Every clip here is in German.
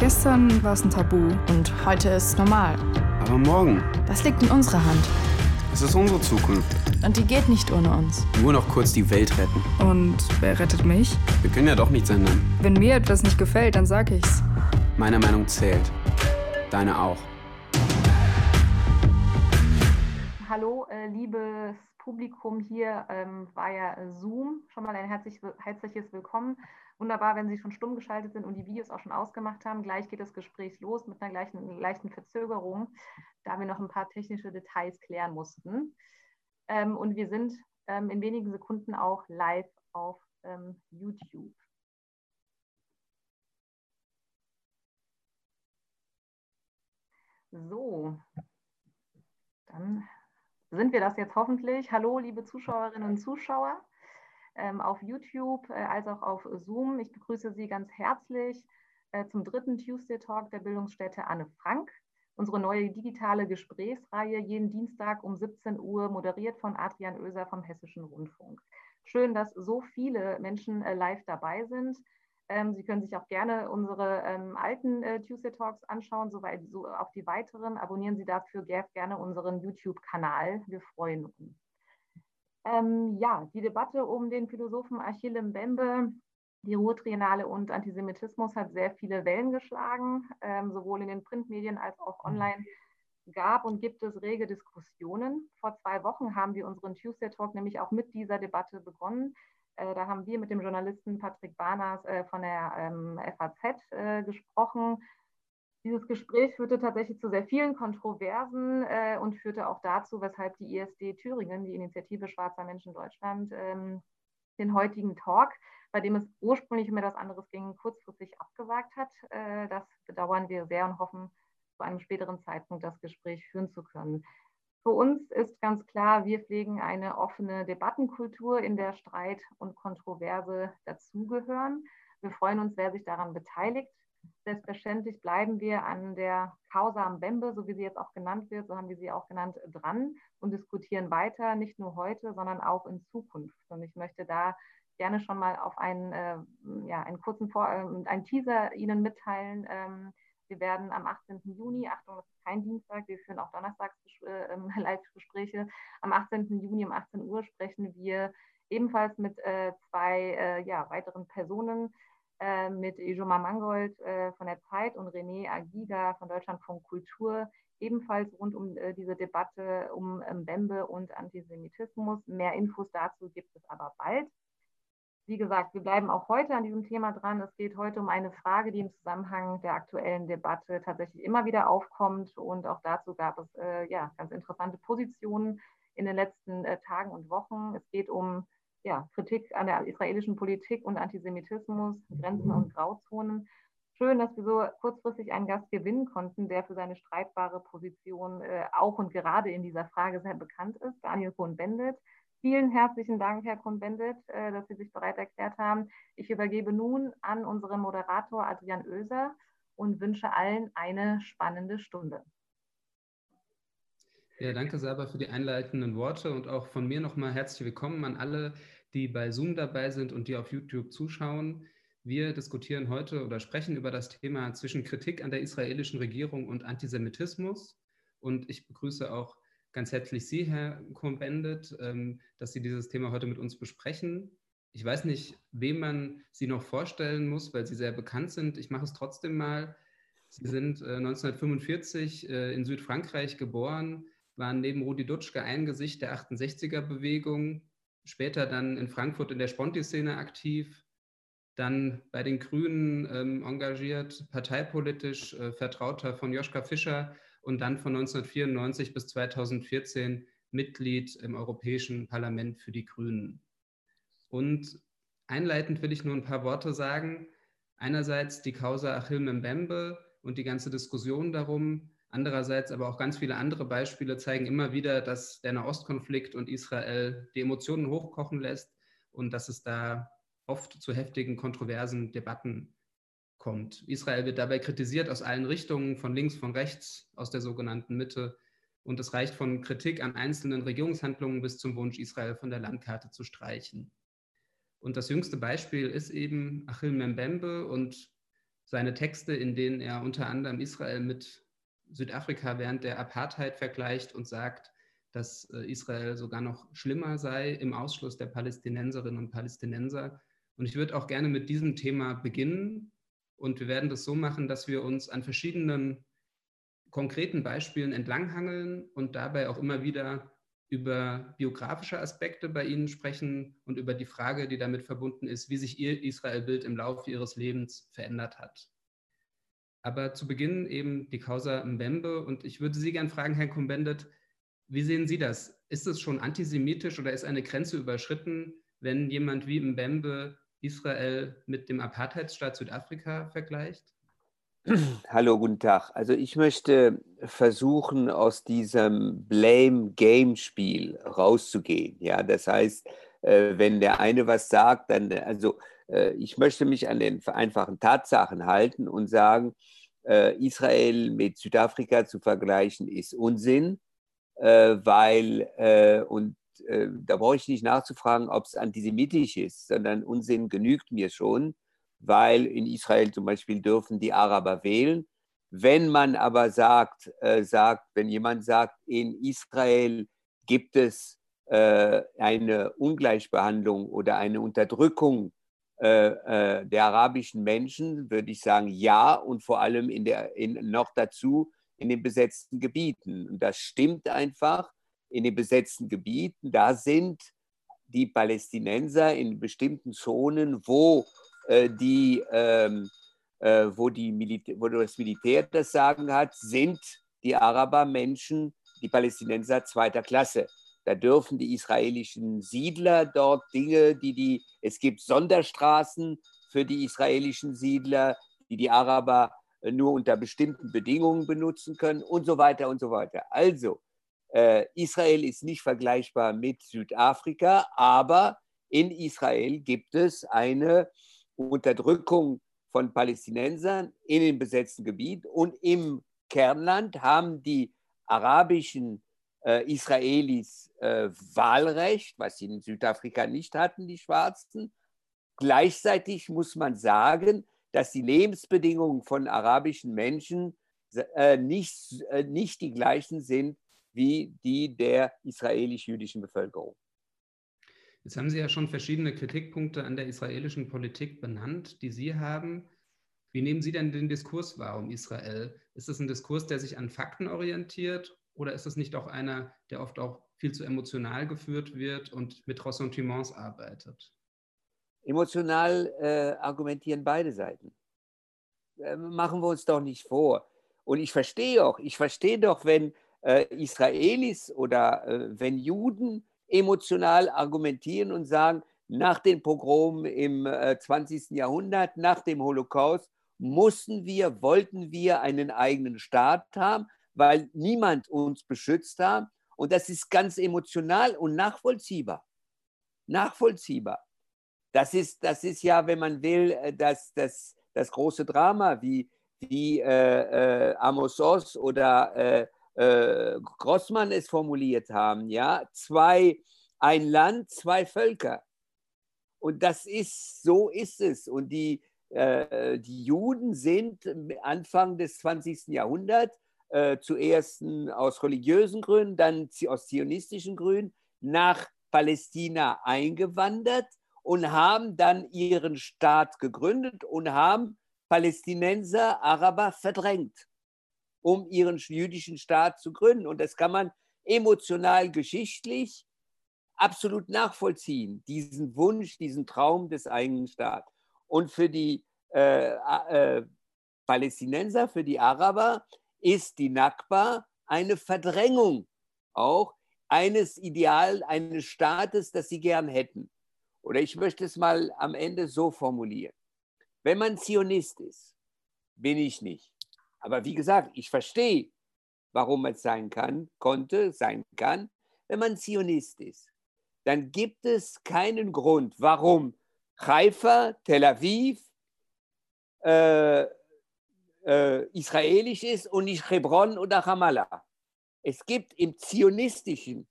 Gestern war es ein Tabu und heute ist es normal. Aber morgen? Das liegt in unserer Hand. Es ist unsere Zukunft. Und die geht nicht ohne uns. Nur noch kurz die Welt retten. Und wer rettet mich? Wir können ja doch nichts ändern. Wenn mir etwas nicht gefällt, dann sag ich's. Meine Meinung zählt. Deine auch. Hallo, liebes Publikum, hier war ja Zoom. Schon mal ein herzliches Willkommen. Wunderbar, wenn Sie schon stumm geschaltet sind und die Videos auch schon ausgemacht haben. Gleich geht das Gespräch los mit einer leichten Verzögerung, da wir noch ein paar technische Details klären mussten. Und wir sind in wenigen Sekunden auch live auf YouTube. So, dann sind wir das jetzt hoffentlich. Hallo, liebe Zuschauerinnen und Zuschauer auf YouTube als auch auf Zoom. Ich begrüße Sie ganz herzlich zum dritten Tuesday Talk der Bildungsstätte Anne Frank. Unsere neue digitale Gesprächsreihe jeden Dienstag um 17 Uhr, moderiert von Adrian Oeser vom Hessischen Rundfunk. Schön, dass so viele Menschen live dabei sind. Sie können sich auch gerne unsere alten Tuesday Talks anschauen, so auch die weiteren. Abonnieren Sie dafür gerne unseren YouTube-Kanal. Wir freuen uns. Ja, die Debatte um den Philosophen Achille Mbembe, die Ruhr-Triennale und Antisemitismus hat sehr viele Wellen geschlagen, sowohl in den Printmedien als auch online gab und gibt es rege Diskussionen. Vor 2 Wochen haben wir unseren Tuesday Talk nämlich auch mit dieser Debatte begonnen. Da haben wir mit dem Journalisten Patrick Barners von der FAZ gesprochen. Dieses Gespräch führte tatsächlich zu sehr vielen Kontroversen und führte auch dazu, weshalb die ISD Thüringen, die Initiative Schwarzer Menschen Deutschland, den heutigen Talk, bei dem es ursprünglich um etwas anderes ging, kurzfristig abgesagt hat. Das bedauern wir sehr und hoffen, zu einem späteren Zeitpunkt das Gespräch führen zu können. Für uns ist ganz klar, wir pflegen eine offene Debattenkultur, in der Streit und Kontroverse dazugehören. Wir freuen uns, wer sich daran beteiligt. Selbstverständlich bleiben wir an der Causa Mbembe, so wie sie jetzt auch genannt wird, so haben wir sie auch genannt, dran und diskutieren weiter, nicht nur heute, sondern auch in Zukunft. Und ich möchte da gerne schon mal auf einen kurzen einen Teaser Ihnen mitteilen. Wir werden am 18. Juni, Achtung, das ist kein Dienstag, wir führen auch donnerstags Live-Gespräche, am 18. Juni um 18 Uhr sprechen wir ebenfalls mit 2 weiteren Personen, mit Ijoma Mangold von der Zeit und René Agiga von Deutschlandfunk Kultur, ebenfalls rund um diese Debatte um Mbembe und Antisemitismus. Mehr Infos dazu gibt es aber bald. Wie gesagt, wir bleiben auch heute an diesem Thema dran. Es geht heute um eine Frage, die im Zusammenhang der aktuellen Debatte tatsächlich immer wieder aufkommt. Und auch dazu gab es ganz interessante Positionen in den letzten Tagen und Wochen. Es geht um Kritik an der israelischen Politik und Antisemitismus, Grenzen und Grauzonen. Schön, dass wir so kurzfristig einen Gast gewinnen konnten, der für seine streitbare Position auch und gerade in dieser Frage sehr bekannt ist, Daniel Cohn-Bendit. Vielen herzlichen Dank, Herr Cohn-Bendit, dass Sie sich bereit erklärt haben. Ich übergebe nun an unseren Moderator Adrian Oeser und wünsche allen eine spannende Stunde. Ja, danke, Saba, für die einleitenden Worte und auch von mir nochmal herzlich willkommen an alle, die bei Zoom dabei sind und die auf YouTube zuschauen. Wir diskutieren heute oder sprechen über das Thema zwischen Kritik an der israelischen Regierung und Antisemitismus. Und ich begrüße auch ganz herzlich Sie, Herr Cohn-Bendit, dass Sie dieses Thema heute mit uns besprechen. Ich weiß nicht, wem man Sie noch vorstellen muss, weil Sie sehr bekannt sind. Ich mache es trotzdem mal. Sie sind 1945 in Südfrankreich geboren, waren neben Rudi Dutschke ein Gesicht der 68er-Bewegung, später dann in Frankfurt in der Sponti-Szene aktiv, dann bei den Grünen engagiert, parteipolitisch Vertrauter von Joschka Fischer und dann von 1994 bis 2014 Mitglied im Europäischen Parlament für die Grünen. Und einleitend will ich nur ein paar Worte sagen. Einerseits die Causa Achille Mbembe und die ganze Diskussion darum, andererseits aber auch ganz viele andere Beispiele zeigen immer wieder, dass der Nahostkonflikt und Israel die Emotionen hochkochen lässt und dass es da oft zu heftigen, kontroversen Debatten kommt. Israel wird dabei kritisiert aus allen Richtungen, von links, von rechts, aus der sogenannten Mitte. Und es reicht von Kritik an einzelnen Regierungshandlungen bis zum Wunsch, Israel von der Landkarte zu streichen. Und das jüngste Beispiel ist eben Achille Mbembe und seine Texte, in denen er unter anderem Israel mit Südafrika während der Apartheid vergleicht und sagt, dass Israel sogar noch schlimmer sei im Ausschluss der Palästinenserinnen und Palästinenser. Und ich würde auch gerne mit diesem Thema beginnen. Und wir werden das so machen, dass wir uns an verschiedenen konkreten Beispielen entlanghangeln und dabei auch immer wieder über biografische Aspekte bei Ihnen sprechen und über die Frage, die damit verbunden ist, wie sich Ihr Israel-Bild im Laufe Ihres Lebens verändert hat. Aber zu Beginn eben die Causa Mbembe. Und ich würde Sie gerne fragen, Herr Cohn-Bendit, wie sehen Sie das? Ist es schon antisemitisch oder ist eine Grenze überschritten, wenn jemand wie Mbembe Israel mit dem Apartheidsstaat Südafrika vergleicht? Hallo, guten Tag. Also ich möchte versuchen, aus diesem Blame-Game-Spiel rauszugehen. Ja, das heißt, wenn der eine was sagt, dann, ich möchte mich an den einfachen Tatsachen halten und sagen, Israel mit Südafrika zu vergleichen ist Unsinn, da brauche ich nicht nachzufragen, ob es antisemitisch ist, sondern Unsinn genügt mir schon, weil in Israel zum Beispiel dürfen die Araber wählen. Wenn man aber wenn jemand sagt, in Israel gibt es eine Ungleichbehandlung oder eine Unterdrückung der arabischen Menschen, würde ich sagen, ja, und vor allem noch dazu in den besetzten Gebieten. Und das stimmt einfach. In den besetzten Gebieten, da sind die Palästinenser in bestimmten Zonen, wo das Militär das Sagen hat, sind die Araber Menschen, die Palästinenser zweiter Klasse. Da dürfen die israelischen Siedler dort Dinge, es gibt Sonderstraßen für die israelischen Siedler, die Araber nur unter bestimmten Bedingungen benutzen können und so weiter und so weiter. Also, Israel ist nicht vergleichbar mit Südafrika, aber in Israel gibt es eine Unterdrückung von Palästinensern in dem besetzten Gebiet und im Kernland haben die arabischen Israelis Wahlrecht, was sie in Südafrika nicht hatten, die Schwarzen. Gleichzeitig muss man sagen, dass die Lebensbedingungen von arabischen Menschen nicht die gleichen sind wie die der israelisch-jüdischen Bevölkerung. Jetzt haben Sie ja schon verschiedene Kritikpunkte an der israelischen Politik benannt, die Sie haben. Wie nehmen Sie denn den Diskurs wahr um Israel? Ist es ein Diskurs, der sich an Fakten orientiert, oder ist es nicht auch einer, der oft auch viel zu emotional geführt wird und mit Ressentiments arbeitet? Emotional argumentieren beide Seiten. Machen wir uns doch nicht vor. Und ich verstehe doch, wenn Israelis oder wenn Juden emotional argumentieren und sagen, nach den Pogromen im 20. Jahrhundert, nach dem Holocaust, wollten wir einen eigenen Staat haben, weil niemand uns beschützt hat. Und das ist ganz emotional und nachvollziehbar. Das ist ja, wenn man will, das große Drama, wie Amos Oz oder Grossmann es formuliert haben, ja, ein Land, zwei Völker. Und so ist es. Und die Juden sind Anfang des 20. Jahrhunderts zuerst aus religiösen Gründen, dann aus zionistischen Gründen nach Palästina eingewandert und haben dann ihren Staat gegründet und haben Palästinenser, Araber verdrängt, um ihren jüdischen Staat zu gründen. Und das kann man emotional, geschichtlich absolut nachvollziehen, diesen Wunsch, diesen Traum des eigenen Staates. Und für die Palästinenser, für die Araber ist die Nakba eine Verdrängung auch eines Staates, das sie gern hätten. Oder ich möchte es mal am Ende so formulieren. Wenn man Zionist ist, bin ich nicht. Aber wie gesagt, ich verstehe, warum es sein kann, wenn man Zionist ist. Dann gibt es keinen Grund, warum Haifa, Tel Aviv israelisch ist und nicht Hebron oder Ramallah. Es gibt im zionistischen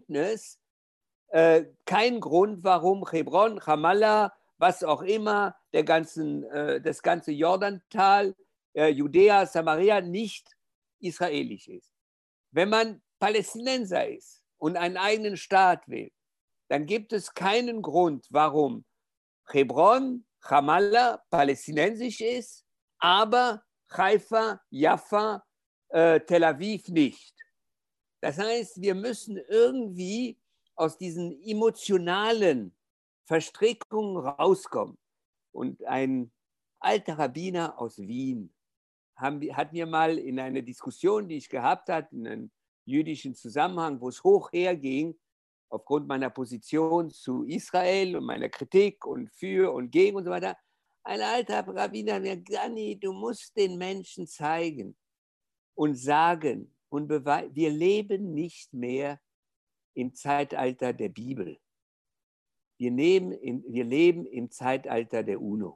Verständnis keinen Grund, warum Hebron, Ramallah, was auch immer, das ganze Jordantal, Judäa, Samaria nicht israelisch ist. Wenn man Palästinenser ist und einen eigenen Staat will, dann gibt es keinen Grund, warum Hebron, Ramallah palästinensisch ist, aber Haifa, Jaffa, Tel Aviv nicht. Das heißt, wir müssen irgendwie aus diesen emotionalen Verstrickungen rauskommen. Und ein alter Rabbiner aus Wien hat mir mal in einer Diskussion, die ich gehabt habe, in einem jüdischen Zusammenhang, wo es hoch herging, aufgrund meiner Position zu Israel und meiner Kritik und für und gegen und so weiter, ein alter Rabbiner hat mir gesagt, Gani, du musst den Menschen zeigen und sagen und beweisen, wir leben nicht mehr im Zeitalter der Bibel. Wir leben im Zeitalter der UNO.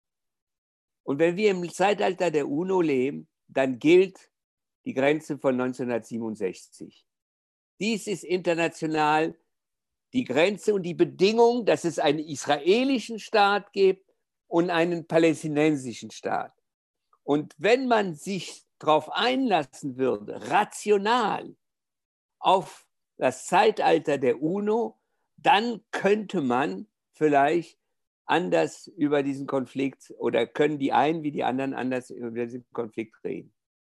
Und wenn wir im Zeitalter der UNO leben, dann gilt die Grenze von 1967. Dies ist international die Grenze und die Bedingung, dass es einen israelischen Staat gibt und einen palästinensischen Staat. Und wenn man sich darauf einlassen würde, rational auf das Zeitalter der UNO, dann könnte man vielleicht anders über diesen Konflikt oder können die einen wie die anderen anders über diesen Konflikt reden.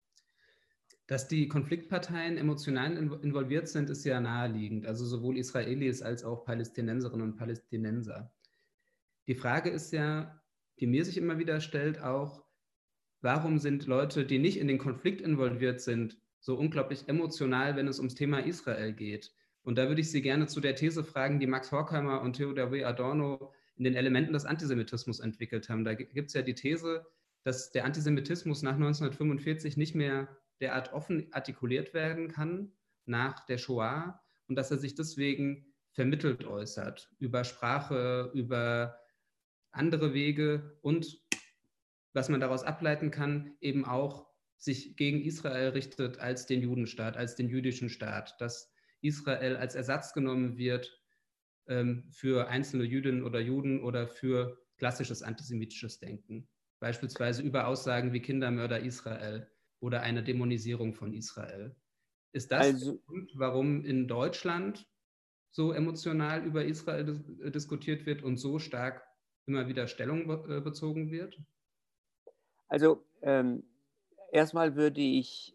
Dass die Konfliktparteien emotional involviert sind, ist ja naheliegend, also sowohl Israelis als auch Palästinenserinnen und Palästinenser. Die Frage ist ja, die mir sich immer wieder stellt, auch, warum sind Leute, die nicht in den Konflikt involviert sind, so unglaublich emotional, wenn es ums Thema Israel geht? Und da würde ich Sie gerne zu der These fragen, die Max Horkheimer und Theodor W. Adorno in den Elementen des Antisemitismus entwickelt haben. Da gibt es ja die These, dass der Antisemitismus nach 1945 nicht mehr derart offen artikuliert werden kann nach der Shoah und dass er sich deswegen vermittelt äußert, über Sprache, über andere Wege und, was man daraus ableiten kann, eben auch sich gegen Israel richtet als den Judenstaat, als den jüdischen Staat, dass Israel als Ersatz genommen wird für einzelne Jüdinnen oder Juden oder für klassisches antisemitisches Denken. Beispielsweise über Aussagen wie Kindermörder Israel oder eine Dämonisierung von Israel. Ist das der Grund, warum in Deutschland so emotional über Israel diskutiert wird und so stark immer wieder Stellung bezogen wird? Also erstmal würde ich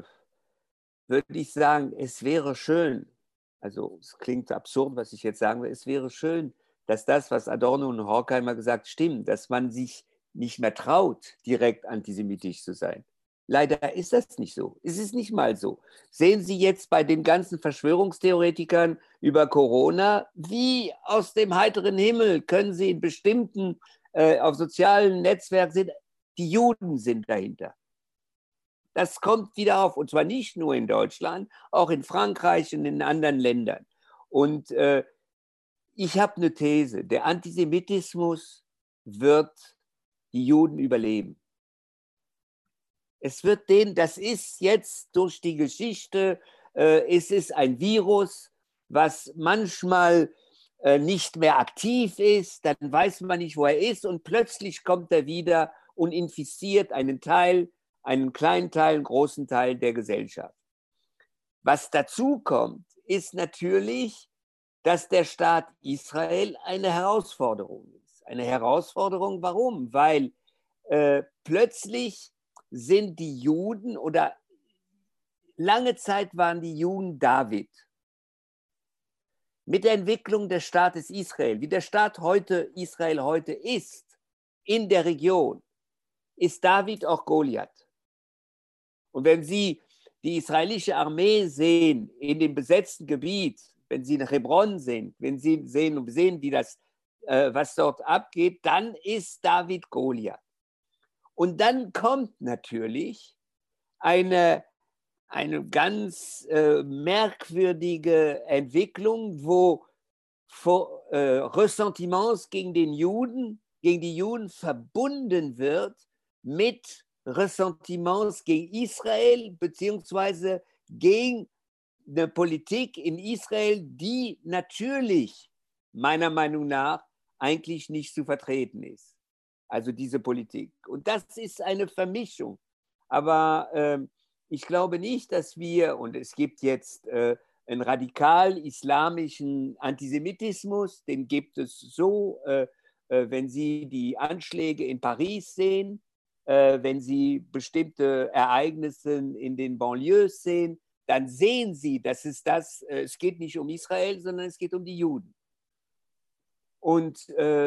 sagen, es wäre schön, also es klingt absurd, was ich jetzt sagen will, es wäre schön, dass das, was Adorno und Horkheimer gesagt, stimmt, dass man sich nicht mehr traut, direkt antisemitisch zu sein. Leider ist das nicht so. Es ist nicht mal so. Sehen Sie jetzt bei den ganzen Verschwörungstheoretikern über Corona, wie aus dem heiteren Himmel können Sie in bestimmten, auf sozialen Netzwerken sehen, die Juden sind dahinter. Das kommt wieder auf, und zwar nicht nur in Deutschland, auch in Frankreich und in anderen Ländern. Und ich habe eine These, der Antisemitismus wird die Juden überleben. Es wird das ist jetzt durch die Geschichte, es ist ein Virus, was manchmal nicht mehr aktiv ist, dann weiß man nicht, wo er ist und plötzlich kommt er wieder und infiziert einen kleinen Teil, einen großen Teil der Gesellschaft. Was dazu kommt, ist natürlich, dass der Staat Israel eine Herausforderung ist. Eine Herausforderung, warum? Weil plötzlich sind die Juden oder lange Zeit waren die Juden David. Mit der Entwicklung des Staates Israel, wie der Staat Israel heute ist, in der Region, ist David auch Goliath. Und wenn Sie die israelische Armee sehen in dem besetzten Gebiet, wenn Sie nach Hebron sind, wenn Sie sehen, wie was dort abgeht, dann ist David Goliath. Und dann kommt natürlich eine ganz merkwürdige Entwicklung, wo Ressentiments gegen die Juden verbunden wird mit Ressentiments gegen Israel beziehungsweise gegen eine Politik in Israel, die natürlich meiner Meinung nach eigentlich nicht zu vertreten ist. also diese Politik. Und das ist eine Vermischung. Aber ich glaube nicht, dass wir, und es gibt jetzt einen radikal-islamischen Antisemitismus, den gibt es so, wenn Sie die Anschläge in Paris sehen, wenn Sie bestimmte Ereignisse in den Banlieues sehen, dann sehen Sie, dass es geht nicht um Israel, sondern es geht um die Juden. Und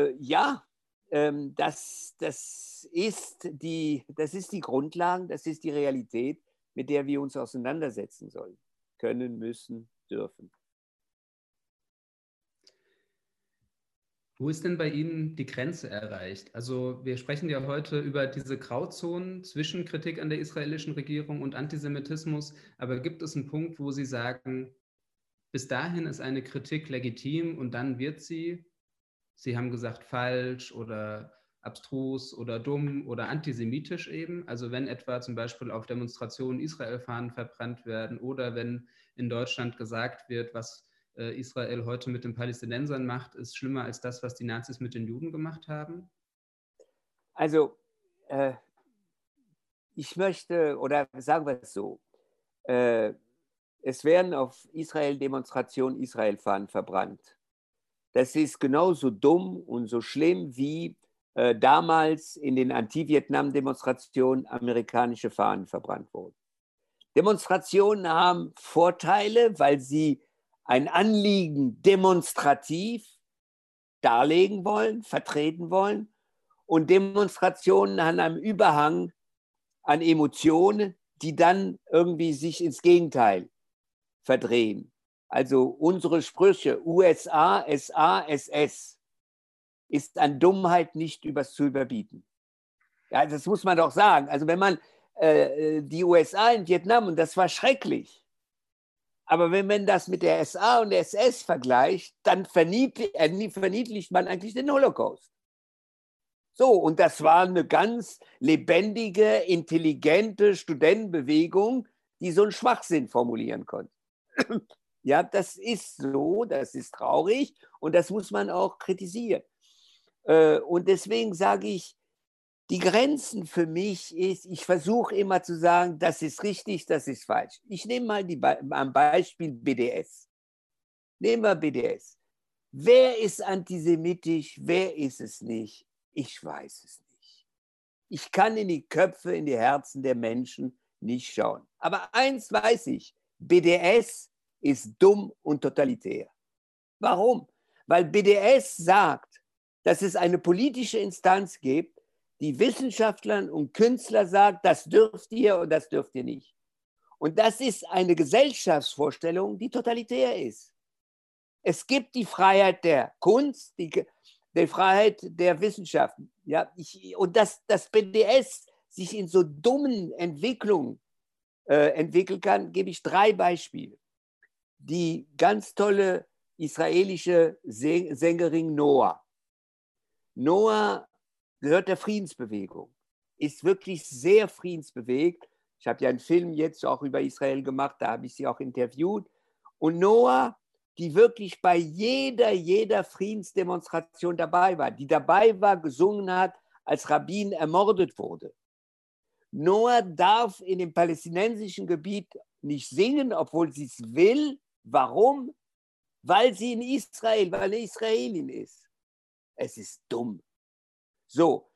das ist die Grundlage, das ist die Realität, mit der wir uns auseinandersetzen sollen, können, müssen, dürfen. Wo ist denn bei Ihnen die Grenze erreicht? Also wir sprechen ja heute über diese Grauzonen zwischen Kritik an der israelischen Regierung und Antisemitismus, aber gibt es einen Punkt, wo Sie sagen, bis dahin ist eine Kritik legitim und dann wird Sie haben gesagt, falsch oder abstrus oder dumm oder antisemitisch eben. Also wenn etwa zum Beispiel auf Demonstrationen Israel-Fahnen verbrannt werden oder wenn in Deutschland gesagt wird, was Israel heute mit den Palästinensern macht, ist schlimmer als das, was die Nazis mit den Juden gemacht haben? Also ich möchte, oder sagen wir es so, es werden auf Israel-Demonstrationen Israel-Fahnen verbrannt. Das ist genauso dumm und so schlimm wie damals in den Anti-Vietnam-Demonstrationen amerikanische Fahnen verbrannt wurden. Demonstrationen haben Vorteile, weil sie ein Anliegen demonstrativ darlegen wollen, vertreten wollen. Und Demonstrationen haben einen Überhang an Emotionen, die dann irgendwie sich ins Gegenteil verdrehen. Also unsere Sprüche USA, SA, SS ist an Dummheit nicht zu überbieten. Ja, das muss man doch sagen. Also wenn man die USA in Vietnam, und das war schrecklich, aber wenn man das mit der SA und der SS vergleicht, dann verniedlicht man eigentlich den Holocaust. So, und das war eine ganz lebendige, intelligente Studentenbewegung, die so einen Schwachsinn formulieren konnte. Ja, das ist so, das ist traurig und das muss man auch kritisieren. Und deswegen sage ich, die Grenzen für mich ist, ich versuche immer zu sagen, das ist richtig, das ist falsch. Ich nehme mal am Beispiel BDS. Nehmen wir BDS. Wer ist antisemitisch, wer ist es nicht? Ich weiß es nicht. Ich kann in die Köpfe, in die Herzen der Menschen nicht schauen. Aber eins weiß ich, BDS ist dumm und totalitär. Warum? Weil BDS sagt, dass es eine politische Instanz gibt, die Wissenschaftlern und Künstler sagt, das dürft ihr und das dürft ihr nicht. Und das ist eine Gesellschaftsvorstellung, die totalitär ist. Es gibt die Freiheit der Kunst, die Freiheit der Wissenschaften. Ja, und dass das BDS sich in so dummen Entwicklungen entwickeln kann, gebe ich 3 Beispiele. Die ganz tolle israelische Sängerin Noah. Noah gehört der Friedensbewegung, ist wirklich sehr friedensbewegt. Ich habe ja einen Film jetzt auch über Israel gemacht, da habe ich sie auch interviewt. Und Noah, die wirklich bei jeder Friedensdemonstration dabei war, die dabei war, gesungen hat, als Rabin ermordet wurde. Noah darf in dem palästinensischen Gebiet nicht singen, obwohl sie es will. Warum? Weil sie in Israel, weil eine Israelin ist. Es ist dumm. So,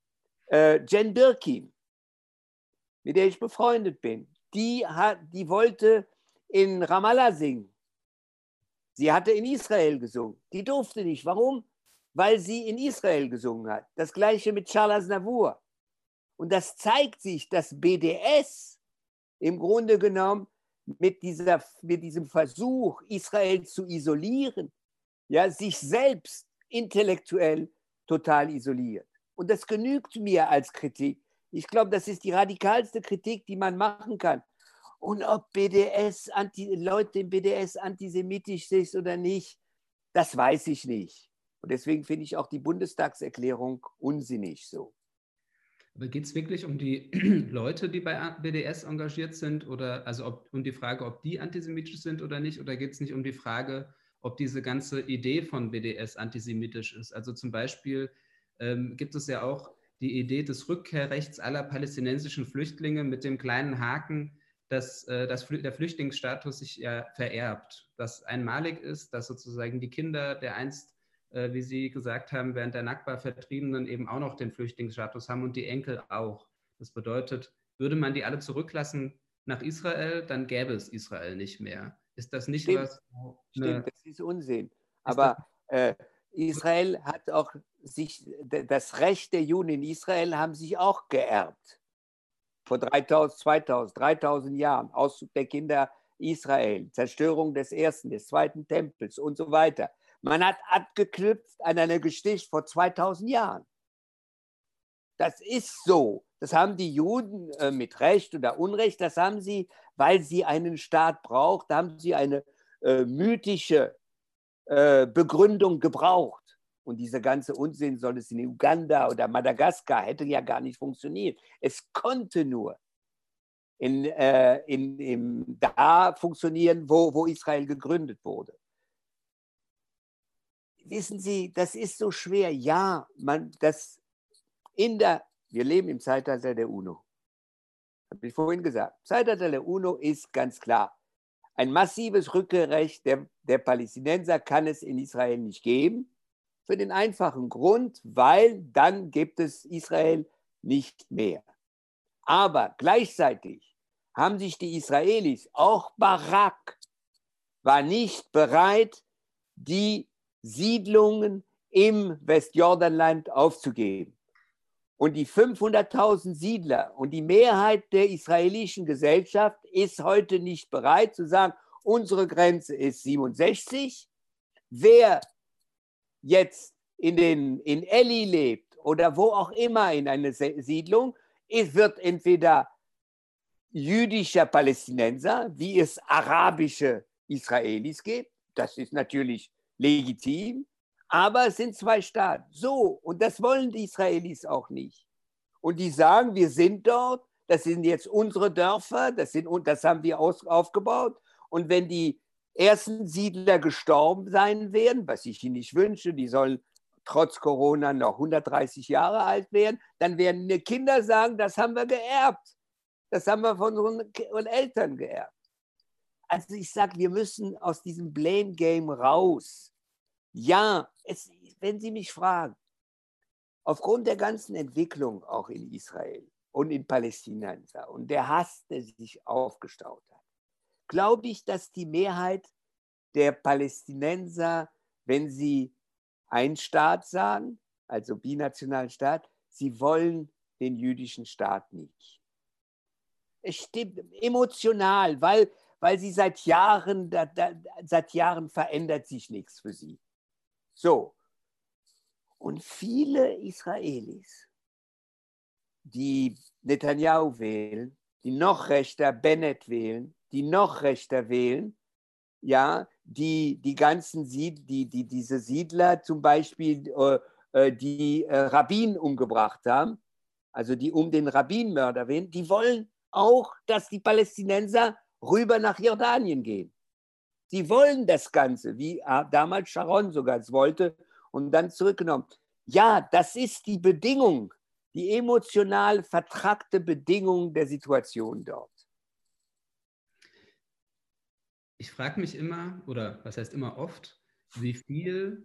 Jen Birkin, mit der ich befreundet bin, die wollte in Ramallah singen. Sie hatte in Israel gesungen. Die durfte nicht. Warum? Weil sie in Israel gesungen hat. Das Gleiche mit Charles Aznavour. Und das zeigt sich, dass BDS im Grunde genommen mit diesem Versuch, Israel zu isolieren, ja, sich selbst intellektuell total isoliert. Und das genügt mir als Kritik. Ich glaube, das ist die radikalste Kritik, die man machen kann. Und ob Leute im BDS antisemitisch sind oder nicht, das weiß ich nicht. Und deswegen finde ich auch die Bundestagserklärung unsinnig so. Aber geht es wirklich um die Leute, die bei BDS engagiert sind, oder also um die Frage, ob die antisemitisch sind oder nicht? Oder geht es nicht um die Frage, ob diese ganze Idee von BDS antisemitisch ist? Also zum Beispiel gibt es ja auch die Idee des Rückkehrrechts aller palästinensischen Flüchtlinge mit dem kleinen Haken, dass der Flüchtlingsstatus sich ja vererbt, dass einmalig ist, dass sozusagen die Kinder der einst, wie Sie gesagt haben, während der Nakba Vertriebenen eben auch noch den Flüchtlingsstatus haben und die Enkel auch. Das bedeutet, würde man die alle zurücklassen nach Israel, dann gäbe es Israel nicht mehr. Ist das nicht Stimmt, was? stimmt, das ist Unsinn. Aber Israel hat auch das Recht der Juden in Israel haben sich auch geerbt. Vor 3000, 2000, 3000 Jahren. Auszug der Kinder Israel, Zerstörung des ersten, des zweiten Tempels und so weiter. Man hat abgeknüpft an eine Geschichte vor 2000 Jahren. Das ist so. Das haben die Juden mit Recht oder Unrecht, das haben sie, weil sie einen Staat braucht, da haben sie eine mythische Begründung gebraucht. Und dieser ganze Unsinn, soll es in Uganda oder Madagaskar, hätte ja gar nicht funktioniert. Es konnte nur da funktionieren, wo Israel gegründet wurde. Wissen Sie, das ist so schwer. Ja, wir leben im Zeitalter der UNO. Habe ich vorhin gesagt. Zeitalter der UNO ist ganz klar. Ein massives Rückkehrrecht der Palästinenser kann es in Israel nicht geben. Für den einfachen Grund, weil dann gibt es Israel nicht mehr. Aber gleichzeitig haben sich die Israelis, auch Barak, war nicht bereit, die Siedlungen im Westjordanland aufzugeben. Und die 500.000 Siedler und die Mehrheit der israelischen Gesellschaft ist heute nicht bereit zu sagen, unsere Grenze ist 67. Wer jetzt in Eli lebt oder wo auch immer in einer Siedlung, wird entweder jüdischer Palästinenser, wie es arabische Israelis gibt. Das ist natürlich legitim. Aber es sind zwei Staaten. So, und das wollen die Israelis auch nicht. Und die sagen, wir sind dort, das sind jetzt unsere Dörfer, das haben wir aufgebaut. Und wenn die ersten Siedler gestorben sein werden, was ich ihnen nicht wünsche, die sollen trotz Corona noch 130 Jahre alt werden, dann werden die Kinder sagen, das haben wir geerbt. Das haben wir von unseren Eltern geerbt. Also ich sage, wir müssen aus diesem Blame Game raus. Ja, wenn Sie mich fragen, aufgrund der ganzen Entwicklung auch in Israel und in Palästina und der Hass, der sich aufgestaut hat, glaube ich, dass die Mehrheit der Palästinenser, wenn sie einen Staat sagen, also binationalen Staat, sie wollen den jüdischen Staat nicht. Es stimmt emotional, weil sie seit Jahren verändert sich nichts für sie. So, und viele Israelis, die Netanyahu wählen, die noch rechter Bennett wählen, die noch rechter wählen, ja, diese Siedler zum Beispiel, die Rabin umgebracht haben, also die um den Rabin-Mörder wählen, die wollen auch, dass die Palästinenser rüber nach Jordanien gehen. Sie wollen das Ganze, wie damals Sharon sogar es wollte und dann zurückgenommen. Ja, das ist die Bedingung, die emotional vertrackte Bedingung der Situation dort. Ich frage mich immer, oder was heißt immer oft, wie viel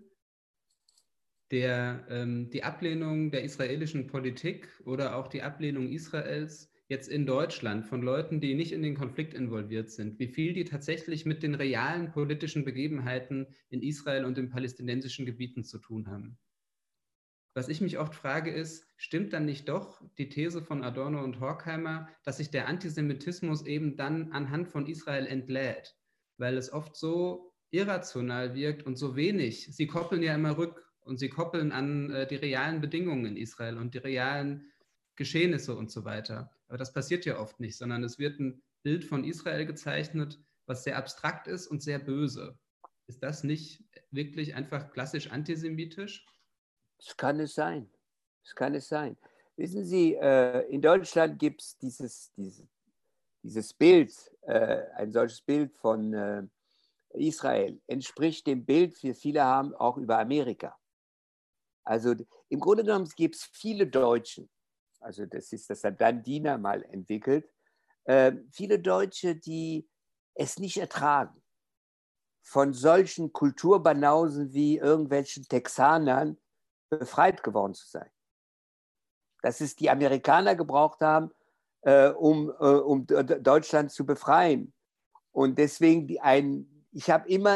die Ablehnung der israelischen Politik oder auch die Ablehnung Israels jetzt in Deutschland von Leuten, die nicht in den Konflikt involviert sind, wie viel die tatsächlich mit den realen politischen Begebenheiten in Israel und den palästinensischen Gebieten zu tun haben. Was ich mich oft frage ist, stimmt dann nicht doch die These von Adorno und Horkheimer, dass sich der Antisemitismus eben dann anhand von Israel entlädt, weil es oft so irrational wirkt und so wenig. Sie koppeln ja immer rück und sie koppeln an die realen Bedingungen in Israel und die realen Geschehnisse und so weiter. Aber das passiert ja oft nicht, sondern es wird ein Bild von Israel gezeichnet, was sehr abstrakt ist und sehr böse. Ist das nicht wirklich einfach klassisch antisemitisch? Das kann es sein. Das kann es sein. Wissen Sie, in Deutschland gibt es dieses Bild, ein solches Bild von Israel, entspricht dem Bild, das viele haben, auch über Amerika. Also im Grunde genommen gibt es viele Deutsche, also das hat Dan Diener mal entwickelt, viele Deutsche, die es nicht ertragen, von solchen Kulturbanausen wie irgendwelchen Texanern befreit geworden zu sein. Dass es die Amerikaner gebraucht haben, um Deutschland zu befreien. Und deswegen ich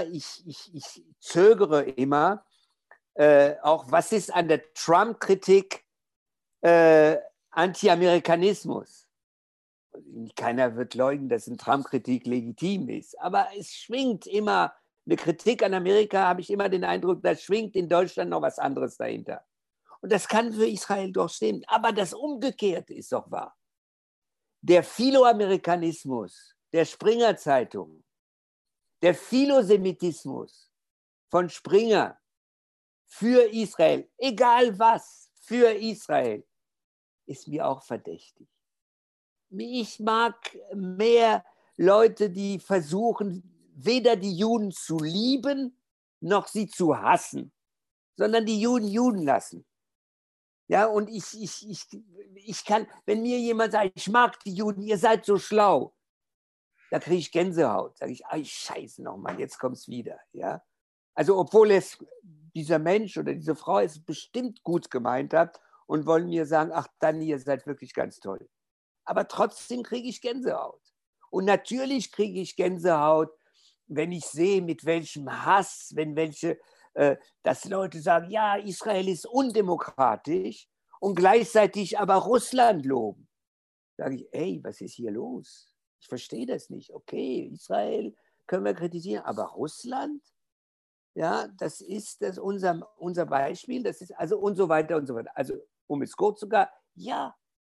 zögere immer, auch was ist an der Trump-Kritik Anti-Amerikanismus. Keiner wird leugnen, dass eine Trump-Kritik legitim ist. Aber es schwingt immer, eine Kritik an Amerika, habe ich immer den Eindruck, da schwingt in Deutschland noch was anderes dahinter. Und das kann für Israel doch stimmen. Aber das Umgekehrte ist doch wahr. Der Philoamerikanismus der Springer-Zeitung, der Philosemitismus von Springer für Israel, egal was, für Israel, ist mir auch verdächtig. Ich mag mehr Leute, die versuchen, weder die Juden zu lieben, noch sie zu hassen, sondern die Juden Juden lassen. Ja, und ich kann, wenn mir jemand sagt, ich mag die Juden, ihr seid so schlau, da kriege ich Gänsehaut. Sage ich, scheiße nochmal, jetzt kommt es wieder. Ja? Also obwohl dieser Mensch oder diese Frau es bestimmt gut gemeint hat und wollen mir sagen, ach Dani, ihr seid wirklich ganz toll. Aber trotzdem kriege ich Gänsehaut. Und natürlich kriege ich Gänsehaut, wenn ich sehe, mit welchem Hass, dass Leute sagen, ja, Israel ist undemokratisch und gleichzeitig aber Russland loben. Sage ich, ey, was ist hier los? Ich verstehe das nicht. Okay, Israel können wir kritisieren, aber Russland, ja, das ist unser Beispiel, das ist also und so weiter und so weiter. Also, um es kurz sogar, ja,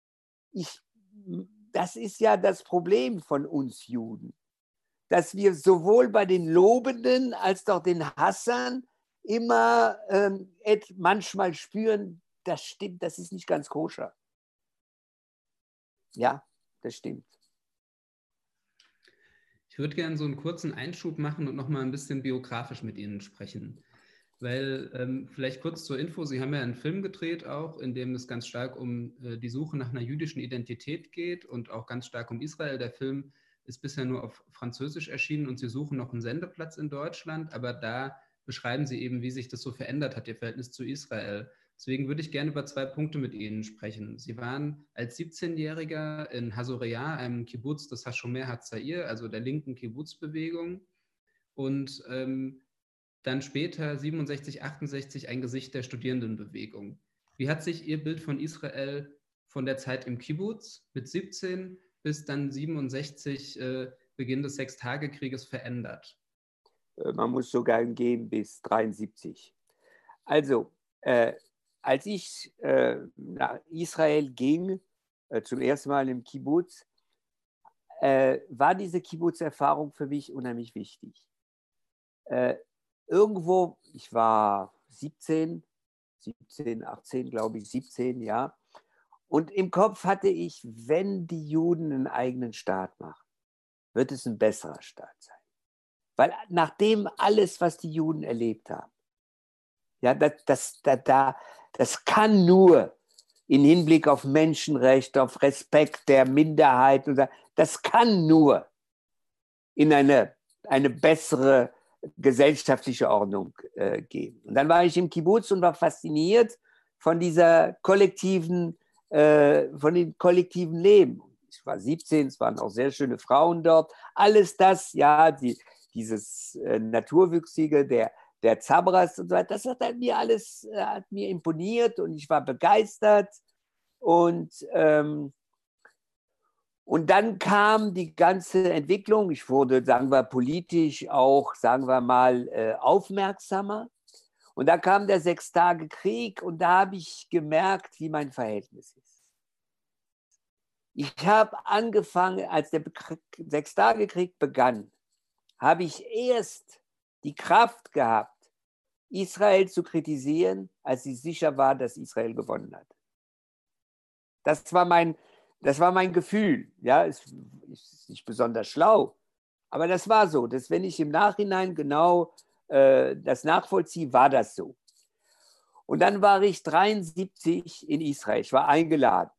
das ist ja das Problem von uns Juden, dass wir sowohl bei den Lobenden als auch den Hassern immer manchmal spüren, das stimmt, das ist nicht ganz koscher. Ja, das stimmt. Ich würde gerne so einen kurzen Einschub machen und nochmal ein bisschen biografisch mit Ihnen sprechen. Weil, vielleicht kurz zur Info, Sie haben ja einen Film gedreht auch, in dem es ganz stark um die Suche nach einer jüdischen Identität geht und auch ganz stark um Israel. Der Film ist bisher nur auf Französisch erschienen und Sie suchen noch einen Sendeplatz in Deutschland, aber da beschreiben Sie eben, wie sich das so verändert hat, Ihr Verhältnis zu Israel. Deswegen würde ich gerne über 2 Punkte mit Ihnen sprechen. Sie waren als 17-Jähriger in Hasorea, einem Kibbuz des Hashomer Hatzair, also der linken Kibbuz-Bewegung, und dann später 67, 68 ein Gesicht der Studierendenbewegung. Wie hat sich Ihr Bild von Israel von der Zeit im Kibbuz mit 17 bis dann 67 Beginn des Sechstagekrieges verändert? Man muss sogar gehen bis 73. Also, als ich nach Israel ging, zum ersten Mal im Kibbuz, war diese Kibbuz-Erfahrung für mich unheimlich wichtig. Irgendwo, ich war 17, 18, glaube ich, 17, ja. Und im Kopf hatte ich, wenn die Juden einen eigenen Staat machen, wird es ein besserer Staat sein. Weil nachdem alles, was die Juden erlebt haben, ja, das kann nur im Hinblick auf Menschenrechte, auf Respekt der Minderheiten, das kann nur in eine bessere gesellschaftliche Ordnung gehen. Und dann war ich im Kibbuz und war fasziniert von dem kollektiven Leben. Ich war 17, es waren auch sehr schöne Frauen dort. Alles das, ja, dieses Naturwüchsige, der Zabras und so weiter, das hat mir imponiert und ich war begeistert. Und dann kam die ganze Entwicklung. Ich wurde, sagen wir, politisch auch, sagen wir mal, aufmerksamer. Und da kam der Sechstagekrieg und da habe ich gemerkt, wie mein Verhältnis ist. Ich habe angefangen, als der Sechstagekrieg begann, habe ich erst die Kraft gehabt, Israel zu kritisieren, als ich sicher war, dass Israel gewonnen hat. Das war mein Gefühl. Ja, es ist nicht besonders schlau, aber das war so. Dass, wenn ich im Nachhinein genau das nachvollziehe, war das so. Und dann war ich 1973 in Israel. Ich war eingeladen.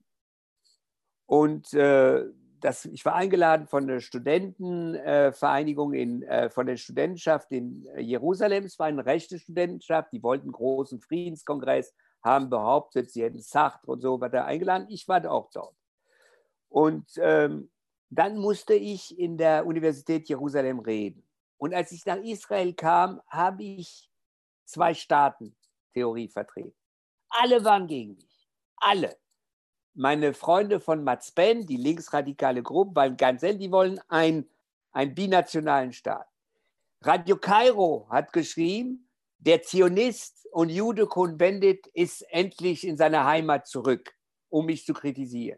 Und ich war eingeladen von der Studentenvereinigung, von der Studentenschaft in Jerusalem. Es war eine rechte Studentenschaft, die wollten einen großen Friedenskongress, haben behauptet, sie hätten Sartre und so weiter eingeladen. Ich war auch dort. Und dann musste ich in der Universität Jerusalem reden. Und als ich nach Israel kam, habe ich 2-Staaten-Theorie vertreten. Alle waren gegen mich. Alle. Meine Freunde von Matzpen, die linksradikale Gruppe, waren ganz ehrlich, die wollen einen binationalen Staat. Radio Kairo hat geschrieben, der Zionist und Jude Cohn-Bendit ist endlich in seine Heimat zurück, um mich zu kritisieren.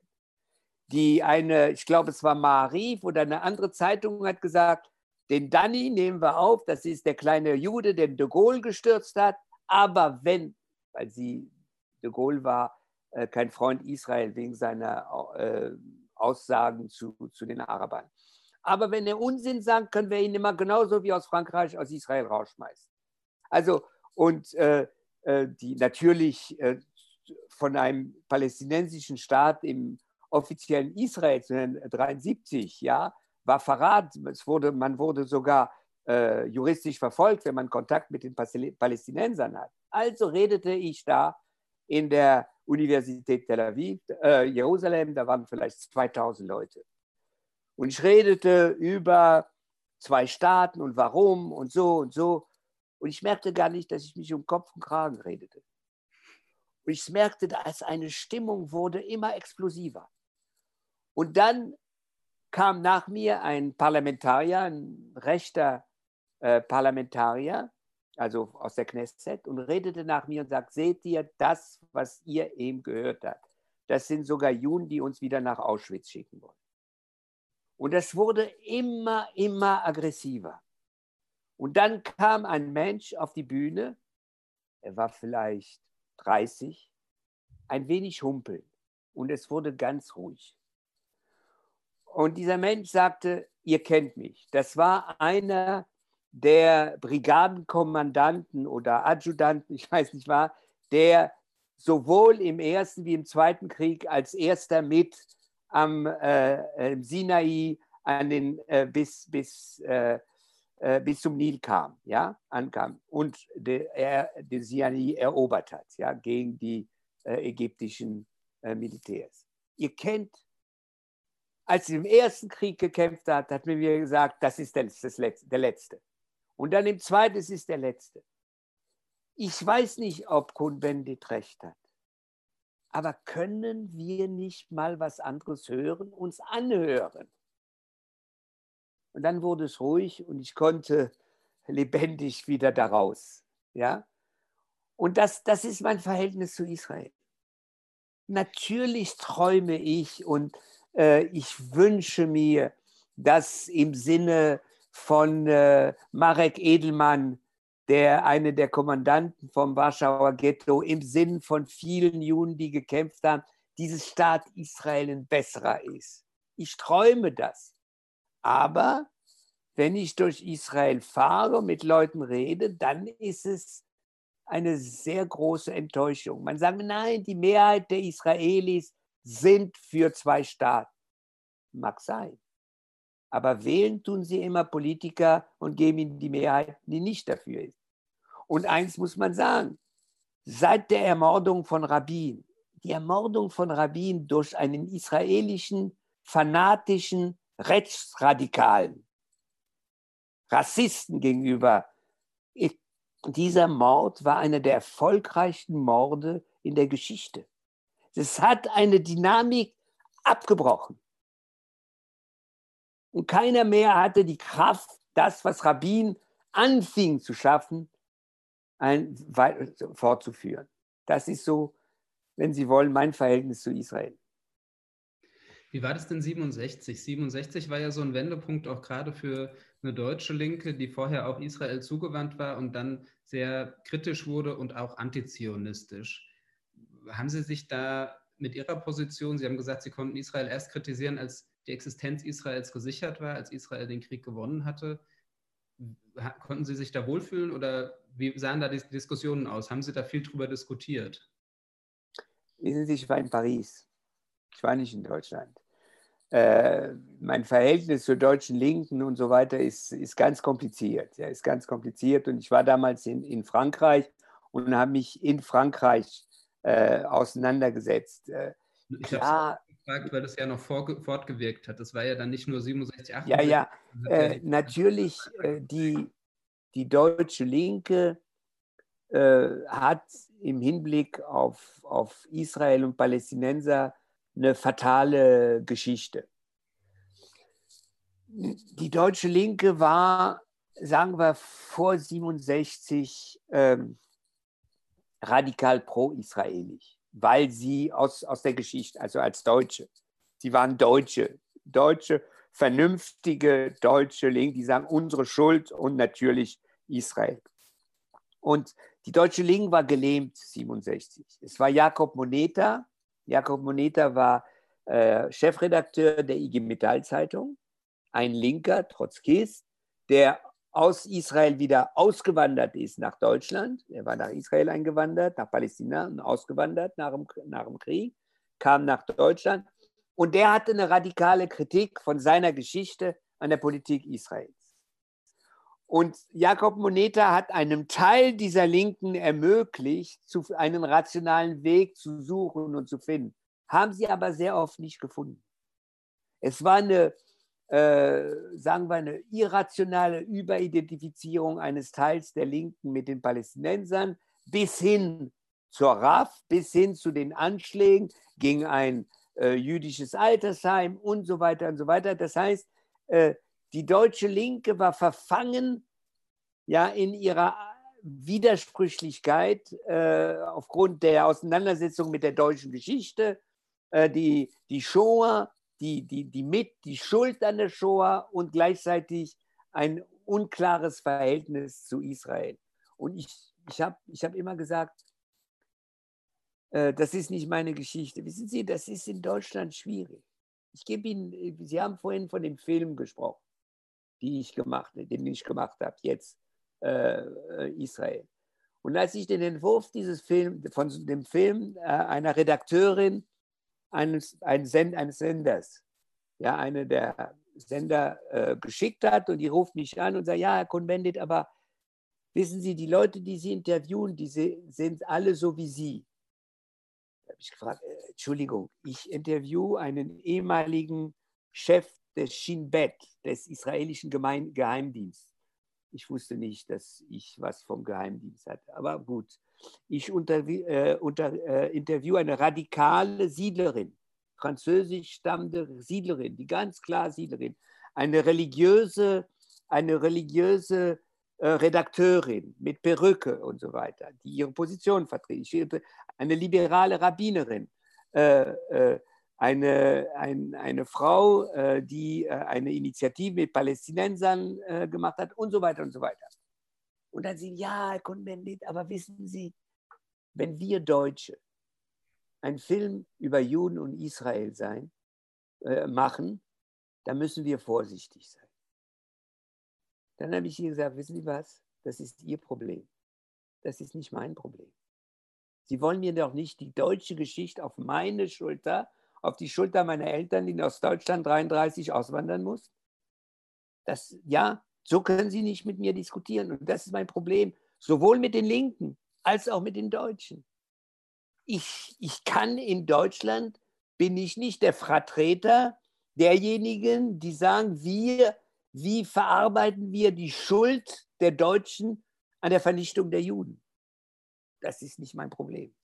Ich glaube, es war Ma'arif oder eine andere Zeitung hat gesagt, den Danny nehmen wir auf, das ist der kleine Jude, den de Gaulle gestürzt hat, aber weil de Gaulle war kein Freund Israel wegen seiner Aussagen zu den Arabern. Aber wenn er Unsinn sagt, können wir ihn immer genauso wie aus Frankreich, aus Israel rausschmeißen. Also, und die natürlich von einem palästinensischen Staat im offiziellen Israel 1973, ja, war Verrat. Man wurde sogar juristisch verfolgt, wenn man Kontakt mit den Palästinensern hat. Also redete ich da in der Universität Tel Aviv, Jerusalem, da waren vielleicht 2000 Leute. Und ich redete über 2 Staaten und warum und so und so. Und ich merkte gar nicht, dass ich mich um Kopf und Kragen redete. Und ich merkte, dass eine Stimmung wurde immer explosiver. Und dann kam nach mir ein Parlamentarier, ein rechter Parlamentarier, also aus der Knesset, und redete nach mir und sagt, seht ihr das, was ihr eben gehört habt? Das sind sogar Juden, die uns wieder nach Auschwitz schicken wollen. Und das wurde immer, immer aggressiver. Und dann kam ein Mensch auf die Bühne, er war vielleicht 30, ein wenig humpelnd, und es wurde ganz ruhig. Und dieser Mensch sagte, ihr kennt mich. Das war einer der Brigadenkommandanten oder Adjutanten, ich weiß nicht was, der sowohl im Ersten wie im Zweiten Krieg als erster mit am Sinai bis zum Nil kam, ja, ankam und den Sinai erobert hat, ja, gegen die ägyptischen Militärs. Ihr kennt, als sie im Ersten Krieg gekämpft hat mir gesagt, das ist der Letzte. Und dann im Zweiten, es ist der Letzte. Ich weiß nicht, ob Cohn-Bendit recht hat. Aber können wir nicht mal was anderes hören, uns anhören? Und dann wurde es ruhig und ich konnte lebendig wieder daraus. Ja? Und das ist mein Verhältnis zu Israel. Natürlich träume ich und ich wünsche mir, dass im Sinne von Marek Edelmann, einer der Kommandanten vom Warschauer Ghetto, im Sinn von vielen Juden, die gekämpft haben, dieses Staat Israel ein besserer ist. Ich träume das. Aber wenn ich durch Israel fahre, mit Leuten rede, dann ist es eine sehr große Enttäuschung. Man sagt, nein, die Mehrheit der Israelis sind für 2 Staaten. Mag sein. Aber wählen tun sie immer Politiker und geben ihnen die Mehrheit, die nicht dafür ist. Und eins muss man sagen, seit der Ermordung von Rabin, die Ermordung von Rabin durch einen israelischen, fanatischen, rechtsradikalen Rassisten gegenüber, dieser Mord war einer der erfolgreichsten Morde in der Geschichte. Es hat eine Dynamik abgebrochen. Und keiner mehr hatte die Kraft, das, was Rabin anfing zu schaffen, fortzuführen. Das ist so, wenn Sie wollen, mein Verhältnis zu Israel. Wie war das denn 67? 67 war ja so ein Wendepunkt auch gerade für eine deutsche Linke, die vorher auch Israel zugewandt war und dann sehr kritisch wurde und auch antizionistisch. Haben Sie sich da mit Ihrer Position, Sie haben gesagt, Sie konnten Israel erst kritisieren, als die Existenz Israels gesichert war, als Israel den Krieg gewonnen hatte. konnten Sie sich da wohlfühlen oder wie sahen da die Diskussionen aus? Haben Sie da viel drüber diskutiert? Wissen Sie, ich war in Paris. Ich war nicht in Deutschland. Mein Verhältnis zur deutschen Linken und so weiter ist ganz kompliziert. Ja, ist ganz kompliziert. Und ich war damals in Frankreich und habe mich in Frankreich auseinandergesetzt. Ich habe es gefragt, weil das ja noch fortgewirkt hat. Das war ja dann nicht nur 67, 68. Ja. Natürlich, die deutsche Linke hat im Hinblick auf Israel und Palästinenser eine fatale Geschichte. Die deutsche Linke war, sagen wir, vor 67 radikal pro-israelisch, weil sie aus der Geschichte, also als Deutsche, sie waren Deutsche, vernünftige deutsche Linke, die sagen, unsere Schuld und natürlich Israel. Und die deutsche Linke war gelähmt 67. Es war Jakob Moneta. Jakob Moneta war Chefredakteur der IG Metall-Zeitung, ein Linker, Trotzkist, der aus Israel wieder ausgewandert ist nach Deutschland. Er war nach Israel eingewandert, nach Palästina und ausgewandert nach dem Krieg, kam nach Deutschland. Und der hatte eine radikale Kritik von seiner Geschichte an der Politik Israels. Und Jakob Moneta hat einem Teil dieser Linken ermöglicht, einen rationalen Weg zu suchen und zu finden. Haben sie aber sehr oft nicht gefunden. Es war eine, sagen wir, eine irrationale Überidentifizierung eines Teils der Linken mit den Palästinensern bis hin zur RAF, bis hin zu den Anschlägen gegen ein jüdisches Altersheim und so weiter und so weiter. Das heißt, die deutsche Linke war verfangen, ja, in ihrer Widersprüchlichkeit aufgrund der Auseinandersetzung mit der deutschen Geschichte, die Shoah, die Schuld an der Shoah und gleichzeitig ein unklares Verhältnis zu Israel. Und ich hab immer gesagt, das ist nicht meine Geschichte. Wissen Sie, das ist in Deutschland schwierig. Ich gebe Ihnen, Sie haben vorhin von dem Film gesprochen, den ich gemacht habe, jetzt Israel. Und als ich den Entwurf von dem Film einer Redakteurin eines Senders, ja, eine der Sender geschickt hat und die ruft mich an und sagt, ja, Herr Cohn-Bendit, aber wissen Sie, die Leute, die Sie interviewen, die sind alle so wie Sie. Da habe ich gefragt, Entschuldigung, ich interviewe einen ehemaligen Chef des Shin Bet, des israelischen Geheimdienstes. Ich wusste nicht, dass ich was vom Geheimdienst hatte, aber gut. Ich interviewe eine radikale Siedlerin, französisch stammende Siedlerin, die ganz klar Siedlerin, eine religiöse Redakteurin mit Perücke und so weiter, die ihre Position vertritt, eine liberale Rabbinerin, eine Frau, die eine Initiative mit Palästinensern gemacht hat und so weiter und so weiter. Und dann sagen, ja, Herr Cohn-Bendit, aber wissen Sie, wenn wir Deutsche einen Film über Juden und Israel machen, dann müssen wir vorsichtig sein. Dann habe ich ihr gesagt, wissen Sie was, das ist Ihr Problem. Das ist nicht mein Problem. Sie wollen mir doch nicht die deutsche Geschichte auf meine Schulter, auf die Schulter meiner Eltern, die aus Deutschland 1933 auswandern mussten. Ja, so können Sie nicht mit mir diskutieren. Und das ist mein Problem, sowohl mit den Linken als auch mit den Deutschen. Ich kann in Deutschland, bin ich nicht der Vertreter derjenigen, die sagen, wie verarbeiten wir die Schuld der Deutschen an der Vernichtung der Juden. Das ist nicht mein Problem.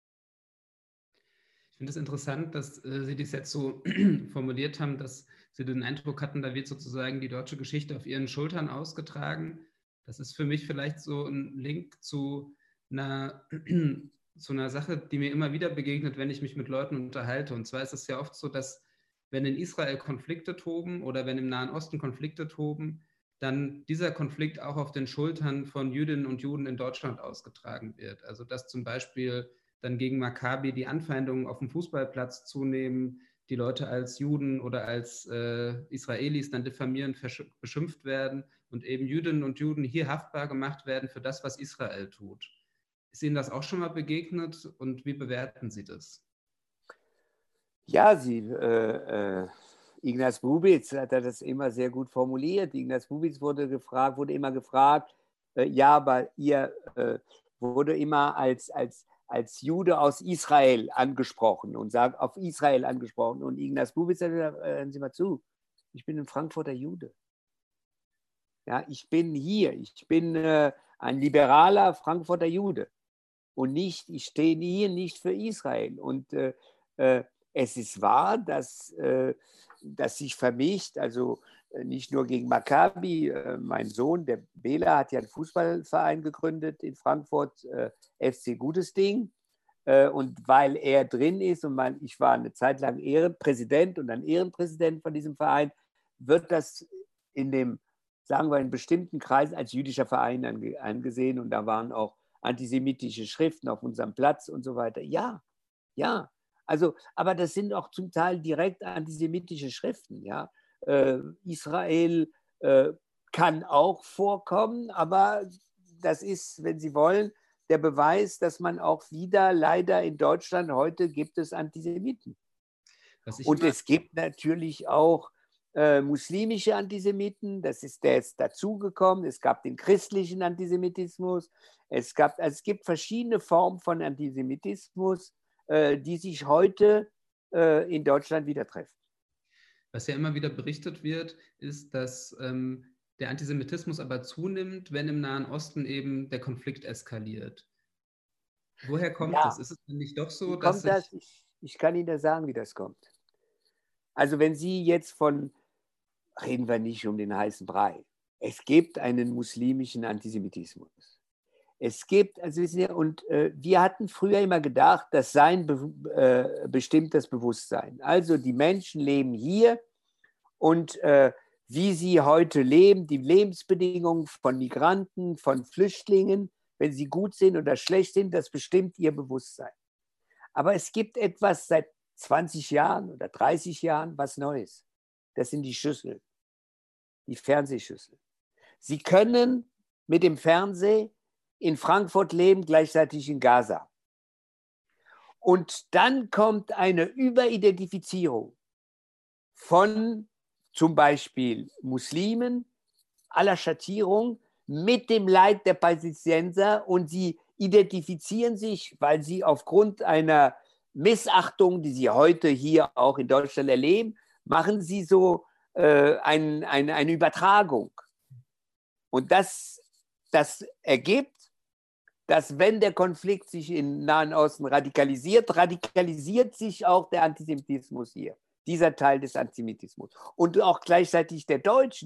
Ich finde es interessant, dass Sie das jetzt so formuliert haben, dass Sie den Eindruck hatten, da wird sozusagen die deutsche Geschichte auf Ihren Schultern ausgetragen. Das ist für mich vielleicht so ein Link zu einer Sache, die mir immer wieder begegnet, wenn ich mich mit Leuten unterhalte. Und zwar ist es ja oft so, dass wenn in Israel Konflikte toben oder wenn im Nahen Osten Konflikte toben, dann dieser Konflikt auch auf den Schultern von Jüdinnen und Juden in Deutschland ausgetragen wird. Also dass zum Beispiel dann gegen Maccabi die Anfeindungen auf dem Fußballplatz zunehmen, die Leute als Juden oder als Israelis dann diffamierend beschimpft werden, und eben Jüdinnen und Juden hier haftbar gemacht werden für das, was Israel tut. Ist Ihnen das auch schon mal begegnet und wie bewerten Sie das? Ja, Ignaz Bubis hat das immer sehr gut formuliert. Ignaz Bubis wurde immer gefragt, ja, aber ihr wurde immer als Jude aus Israel angesprochen und sagt auf Israel angesprochen. Und Ignaz Bubis sagt, hören Sie mal zu, ich bin ein Frankfurter Jude. Ja, ich bin hier, ich bin ein liberaler Frankfurter Jude. Und ich stehe hier nicht für Israel. Und es ist wahr, dass sich vermischt, also nicht nur gegen Maccabi. Mein Sohn, der Bela, hat ja einen Fußballverein gegründet in Frankfurt, FC Gutes Ding. Und weil er drin ist und ich war eine Zeit lang Ehrenpräsident und dann Ehrenpräsident von diesem Verein, wird das sagen wir, in bestimmten Kreisen als jüdischer Verein angesehen. Und da waren auch antisemitische Schriften auf unserem Platz und so weiter. Ja, ja. Also, aber das sind auch zum Teil direkt antisemitische Schriften. Ja. Israel kann auch vorkommen, aber das ist, wenn Sie wollen, der Beweis, dass man auch wieder, leider in Deutschland heute gibt es Antisemiten. Und es gibt natürlich auch muslimische Antisemiten, der ist dazugekommen. Es gab den christlichen Antisemitismus. Es gibt verschiedene Formen von Antisemitismus, die sich heute in Deutschland wieder treffen. Was ja immer wieder berichtet wird, ist, dass der Antisemitismus aber zunimmt, wenn im Nahen Osten eben der Konflikt eskaliert. Woher kommt das? Ist es denn nicht doch so, dass ich kann Ihnen das sagen, wie das kommt. Also wenn Sie jetzt reden wir nicht um den heißen Brei. Es gibt einen muslimischen Antisemitismus. Es gibt, wir hatten früher immer gedacht, das sei bestimmt das Bewusstsein. Also die Menschen leben hier und wie sie heute leben, die Lebensbedingungen von Migranten, von Flüchtlingen, wenn sie gut sind oder schlecht sind, das bestimmt ihr Bewusstsein. Aber es gibt etwas seit 20 Jahren oder 30 Jahren, was Neues. Das sind die Schüsseln, die Fernsehschüsseln. Sie können mit dem Fernsehen in Frankfurt leben, gleichzeitig in Gaza. Und dann kommt eine Überidentifizierung von zum Beispiel Muslimen aller Schattierung mit dem Leid der Palästinenser und sie identifizieren sich, weil sie aufgrund einer Missachtung, die sie heute hier auch in Deutschland erleben, machen sie so eine Übertragung. Und das ergibt, dass wenn der Konflikt sich im Nahen Osten radikalisiert sich auch der Antisemitismus hier. Dieser Teil des Antisemitismus. Und auch gleichzeitig die Deutschen,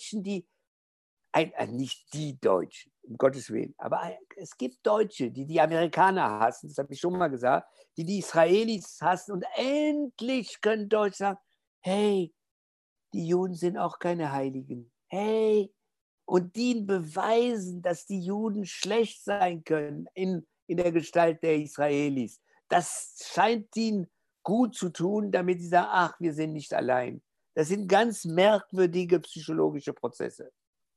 nicht die Deutschen, um Gottes Willen, aber es gibt Deutsche, die die Amerikaner hassen, das habe ich schon mal gesagt, die die Israelis hassen und endlich können Deutsche sagen, hey, die Juden sind auch keine Heiligen. Hey, und die beweisen, dass die Juden schlecht sein können in der Gestalt der Israelis. Das scheint ihnen gut zu tun, damit sie sagen, ach, wir sind nicht allein. Das sind ganz merkwürdige psychologische Prozesse.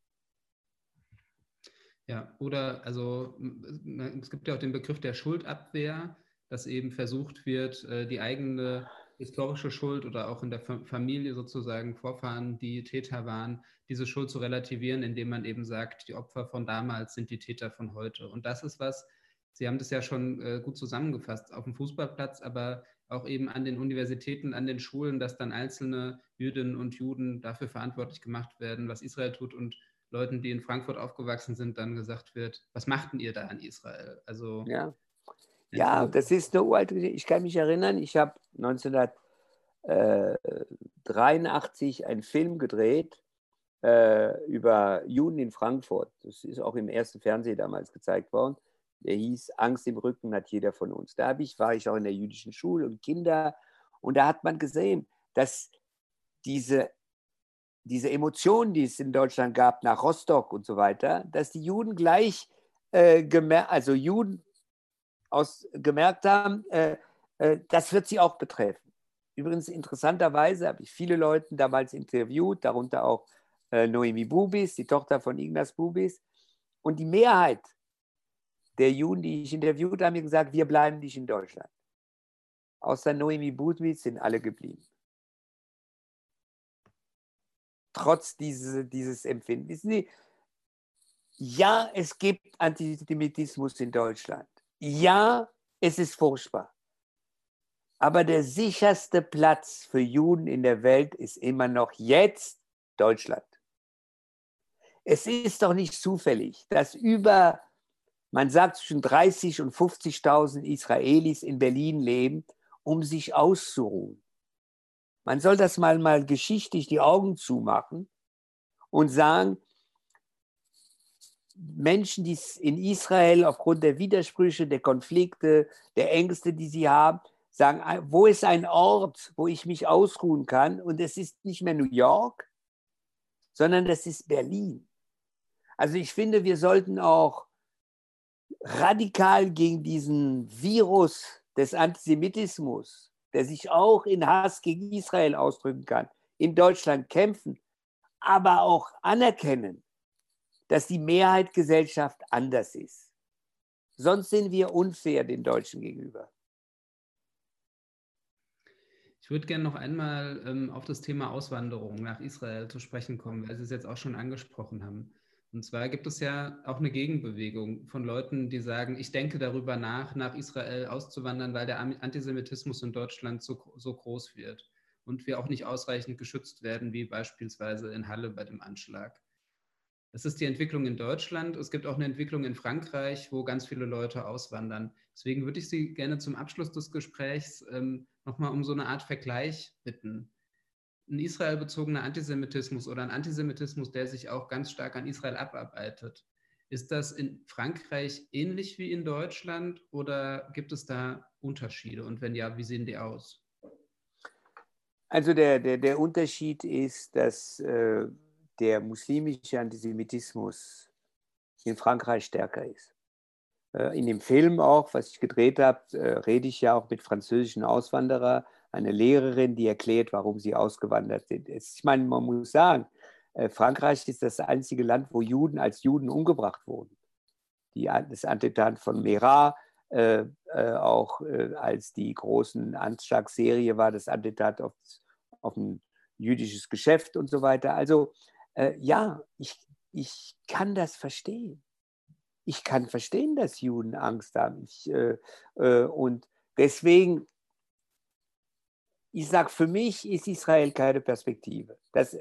Ja, oder es gibt ja auch den Begriff der Schuldabwehr, dass eben versucht wird, die eigene historische Schuld oder auch in der Familie sozusagen Vorfahren, die Täter waren, diese Schuld zu relativieren, indem man eben sagt, die Opfer von damals sind die Täter von heute. Und das ist was, Sie haben das ja schon gut zusammengefasst, auf dem Fußballplatz, aber auch eben an den Universitäten, an den Schulen, dass dann einzelne Jüdinnen und Juden dafür verantwortlich gemacht werden, was Israel tut und Leuten, die in Frankfurt aufgewachsen sind, dann gesagt wird, was machten ihr da an Israel? Also ja, das ist eine uralte Geschichte. Ich kann mich erinnern, ich habe 1983 einen Film gedreht über Juden in Frankfurt. Das ist auch im ersten Fernsehen damals gezeigt worden. Der hieß Angst im Rücken hat jeder von uns. Da war ich auch in der jüdischen Schule und Kinder. Und da hat man gesehen, dass diese Emotionen, die es in Deutschland gab, nach Rostock und so weiter, dass die Juden gleich gemerkt haben, das wird sie auch betreffen. Übrigens interessanterweise habe ich viele Leute damals interviewt, darunter auch Noemi Bubis, die Tochter von Ignaz Bubis. Und die Mehrheit der Juden, die ich interviewt habe, haben mir gesagt, wir bleiben nicht in Deutschland. Außer Noemi Bubis sind alle geblieben. Trotz dieses Empfindens. Wissen Sie, ja, es gibt Antisemitismus in Deutschland. Ja, es ist furchtbar. Aber der sicherste Platz für Juden in der Welt ist immer noch jetzt Deutschland. Es ist doch nicht zufällig, dass man sagt, zwischen 30.000 und 50.000 Israelis in Berlin leben, um sich auszuruhen. Man soll das mal geschichtlich die Augen zumachen und sagen, Menschen, die in Israel aufgrund der Widersprüche, der Konflikte, der Ängste, die sie haben, sagen, wo ist ein Ort, wo ich mich ausruhen kann? Und es ist nicht mehr New York, sondern das ist Berlin. Also ich finde, wir sollten auch radikal gegen diesen Virus des Antisemitismus, der sich auch in Hass gegen Israel ausdrücken kann, in Deutschland kämpfen, aber auch anerkennen, dass die Mehrheitsgesellschaft anders ist. Sonst sind wir unfair den Deutschen gegenüber. Ich würde gerne noch einmal auf das Thema Auswanderung nach Israel zu sprechen kommen, weil Sie es jetzt auch schon angesprochen haben. Und zwar gibt es ja auch eine Gegenbewegung von Leuten, die sagen, ich denke darüber nach Israel auszuwandern, weil der Antisemitismus in Deutschland so groß wird und wir auch nicht ausreichend geschützt werden, wie beispielsweise in Halle bei dem Anschlag. Das ist die Entwicklung in Deutschland. Es gibt auch eine Entwicklung in Frankreich, wo ganz viele Leute auswandern. Deswegen würde ich Sie gerne zum Abschluss des Gesprächs nochmal um so eine Art Vergleich bitten. Ein israelbezogener Antisemitismus oder ein Antisemitismus, der sich auch ganz stark an Israel abarbeitet. Ist das in Frankreich ähnlich wie in Deutschland oder gibt es da Unterschiede? Und wenn ja, wie sehen die aus? Also der Unterschied ist, dass der muslimische Antisemitismus in Frankreich stärker ist. In dem Film auch, was ich gedreht habe, rede ich ja auch mit französischen Auswanderern, eine Lehrerin, die erklärt, warum sie ausgewandert sind. Ich meine, man muss sagen, Frankreich ist das einzige Land, wo Juden als Juden umgebracht wurden. Das Attentat von Merat, auch als die großen Anschlagsserie war, das Attentat auf ein jüdisches Geschäft und so weiter. Also ja, ich kann das verstehen. Ich kann verstehen, dass Juden Angst haben. Und deswegen, ich sage, für mich ist Israel keine Perspektive.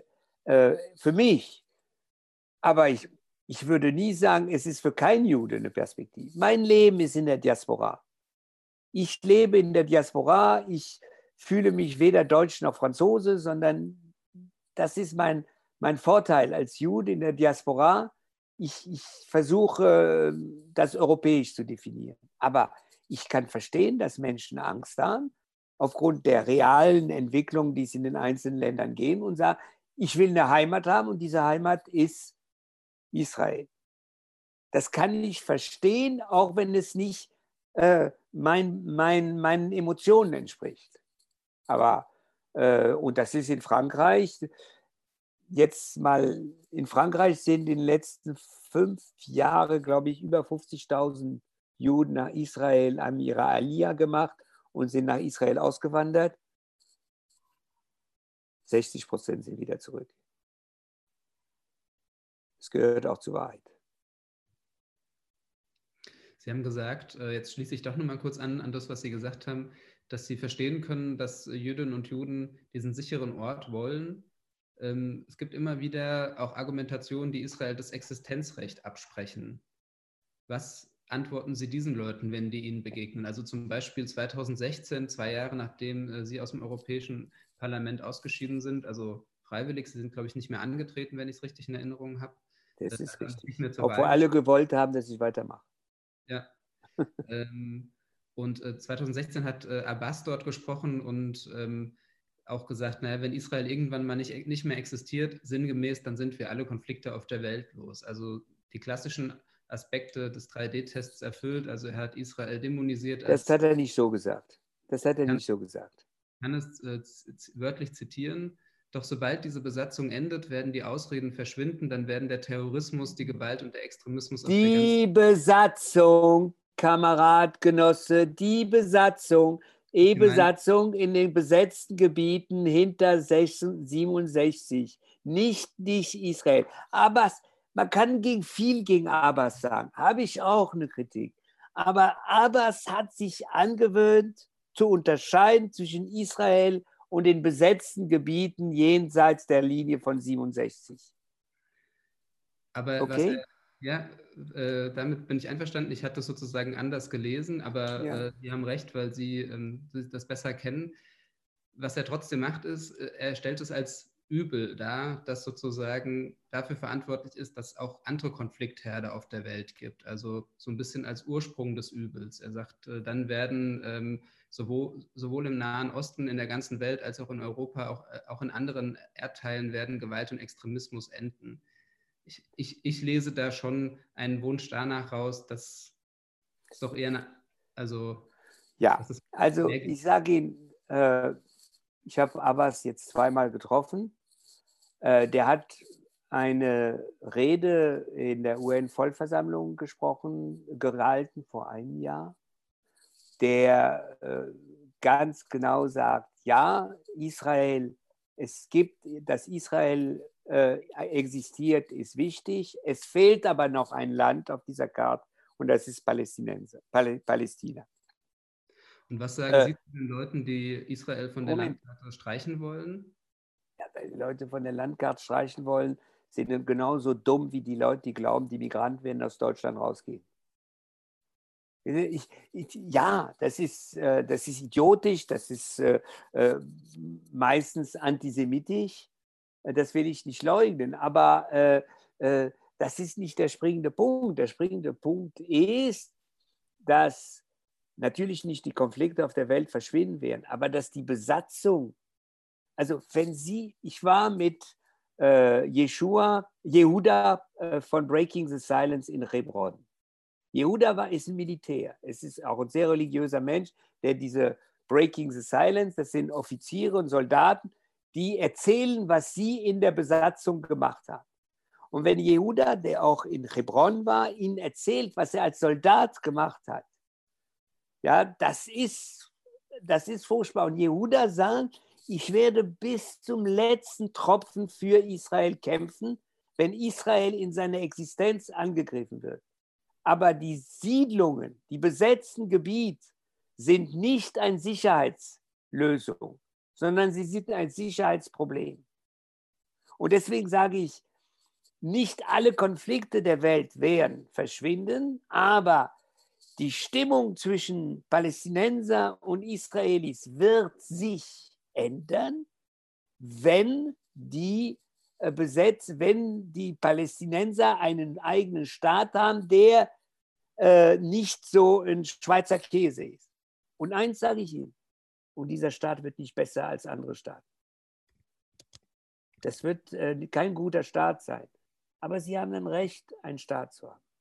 Für mich. Aber ich würde nie sagen, es ist für keinen Jude eine Perspektive. Mein Leben ist in der Diaspora. Ich lebe in der Diaspora. Ich fühle mich weder Deutsch noch Franzose, sondern das ist mein Vorteil als Jude in der Diaspora. Ich versuche, das europäisch zu definieren. Aber ich kann verstehen, dass Menschen Angst haben, aufgrund der realen Entwicklung, die es in den einzelnen Ländern geben, und sagen, ich will eine Heimat haben und diese Heimat ist Israel. Das kann ich verstehen, auch wenn es nicht meinen Emotionen entspricht. Aber, und das ist in Frankreich, jetzt mal, in Frankreich sind in den letzten 5 Jahren, glaube ich, über 50.000 Juden nach Israel, haben ihre Aliyah gemacht und sind nach Israel ausgewandert. 60% sind wieder zurück. Das gehört auch zur Wahrheit. Sie haben gesagt, jetzt schließe ich doch noch mal kurz an das, was Sie gesagt haben, dass Sie verstehen können, dass Jüdinnen und Juden diesen sicheren Ort wollen. Es gibt immer wieder auch Argumentationen, die Israel das Existenzrecht absprechen. Was antworten Sie diesen Leuten, wenn die Ihnen begegnen? Also zum Beispiel 2016, 2 Jahre nachdem Sie aus dem Europäischen Parlament ausgeschieden sind, also freiwillig, Sie sind, glaube ich, nicht mehr angetreten, wenn ich es richtig in Erinnerung habe. Das ist richtig. Obwohl alle gewollt haben, dass ich weitermache. Ja. Und 2016 hat Abbas dort gesprochen und auch gesagt, naja, wenn Israel irgendwann mal nicht mehr existiert, sinngemäß, dann sind wir alle Konflikte auf der Welt los. Also die klassischen Aspekte des 3D-Tests erfüllt. Also er hat Israel dämonisiert. Das hat er nicht so gesagt. Das hat er nicht so gesagt. Ich kann es wörtlich zitieren. Doch sobald diese Besatzung endet, werden die Ausreden verschwinden, dann werden der Terrorismus, die Gewalt und der Extremismus auf der ganzen... Die Besatzung, Kamerad, Genosse, die Besatzung, Besatzung in den besetzten Gebieten hinter 67, nicht Israel. Abbas, man kann viel gegen Abbas sagen, habe ich auch eine Kritik. Aber Abbas hat sich angewöhnt, zu unterscheiden zwischen Israel und den besetzten Gebieten jenseits der Linie von 67. Aber okay? Damit bin ich einverstanden. Ich hatte das sozusagen anders gelesen, aber Sie haben recht, weil Sie das besser kennen. Was er trotzdem macht, ist, er stellt es als Übel dar, das sozusagen dafür verantwortlich ist, dass es auch andere Konfliktherde auf der Welt gibt. Also so ein bisschen als Ursprung des Übels. Er sagt, dann werden sowohl im Nahen Osten, in der ganzen Welt, als auch in Europa, auch in anderen Erdteilen werden Gewalt und Extremismus enden. Ich lese da schon einen Wunsch danach raus, dass es doch eher, ich sage Ihnen, ich habe Abbas jetzt zweimal getroffen. Der hat eine Rede in der UN-Vollversammlung gehalten vor einem Jahr, der ganz genau sagt, ja, dass Israel existiert, ist wichtig. Es fehlt aber noch ein Land auf dieser Karte und das ist Palästina. Und was sagen Sie zu den Leuten, die Israel von der Landkarte streichen wollen? Ja, die Leute von der Landkarte streichen wollen, sind genauso dumm wie die Leute, die glauben, die Migranten werden aus Deutschland rausgehen. Das ist idiotisch, das ist meistens antisemitisch. Das will ich nicht leugnen, aber das ist nicht der springende Punkt. Der springende Punkt ist, dass natürlich nicht die Konflikte auf der Welt verschwinden werden, aber dass die Besatzung, also ich war mit Yehuda von Breaking the Silence in Hebron. Yehuda ist ein Militär. Es ist auch ein sehr religiöser Mensch, der diese Breaking the Silence, das sind Offiziere und Soldaten, die erzählen, was sie in der Besatzung gemacht haben. Und wenn Yehuda, der auch in Hebron war, ihnen erzählt, was er als Soldat gemacht hat, ja, das ist furchtbar. Und Yehuda sagt, ich werde bis zum letzten Tropfen für Israel kämpfen, wenn Israel in seiner Existenz angegriffen wird. Aber die Siedlungen, die besetzten Gebiete sind nicht eine Sicherheitslösung, sondern sie sind ein Sicherheitsproblem. Und deswegen sage ich, nicht alle Konflikte der Welt werden verschwinden, aber die Stimmung zwischen Palästinenser und Israelis wird sich ändern, wenn die Palästinenser einen eigenen Staat haben, der nicht so ein Schweizer Käse ist. Und eins sage ich Ihnen, und dieser Staat wird nicht besser als andere Staaten. Das wird kein guter Staat sein. Aber Sie haben ein Recht, einen Staat zu haben.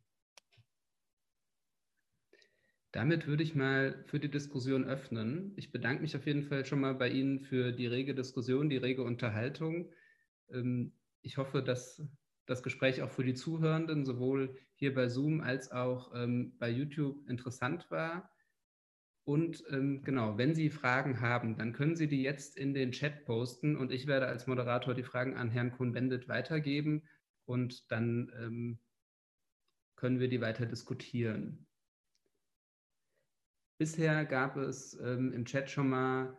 Damit würde ich mal für die Diskussion öffnen. Ich bedanke mich auf jeden Fall schon mal bei Ihnen für die rege Diskussion, die rege Unterhaltung. Ich hoffe, dass das Gespräch auch für die Zuhörenden sowohl hier bei Zoom als auch bei YouTube interessant war. Und genau, wenn Sie Fragen haben, dann können Sie die jetzt in den Chat posten und ich werde als Moderator die Fragen an Herrn Cohn-Bendit weitergeben und dann können wir die weiter diskutieren. Bisher gab es im Chat schon mal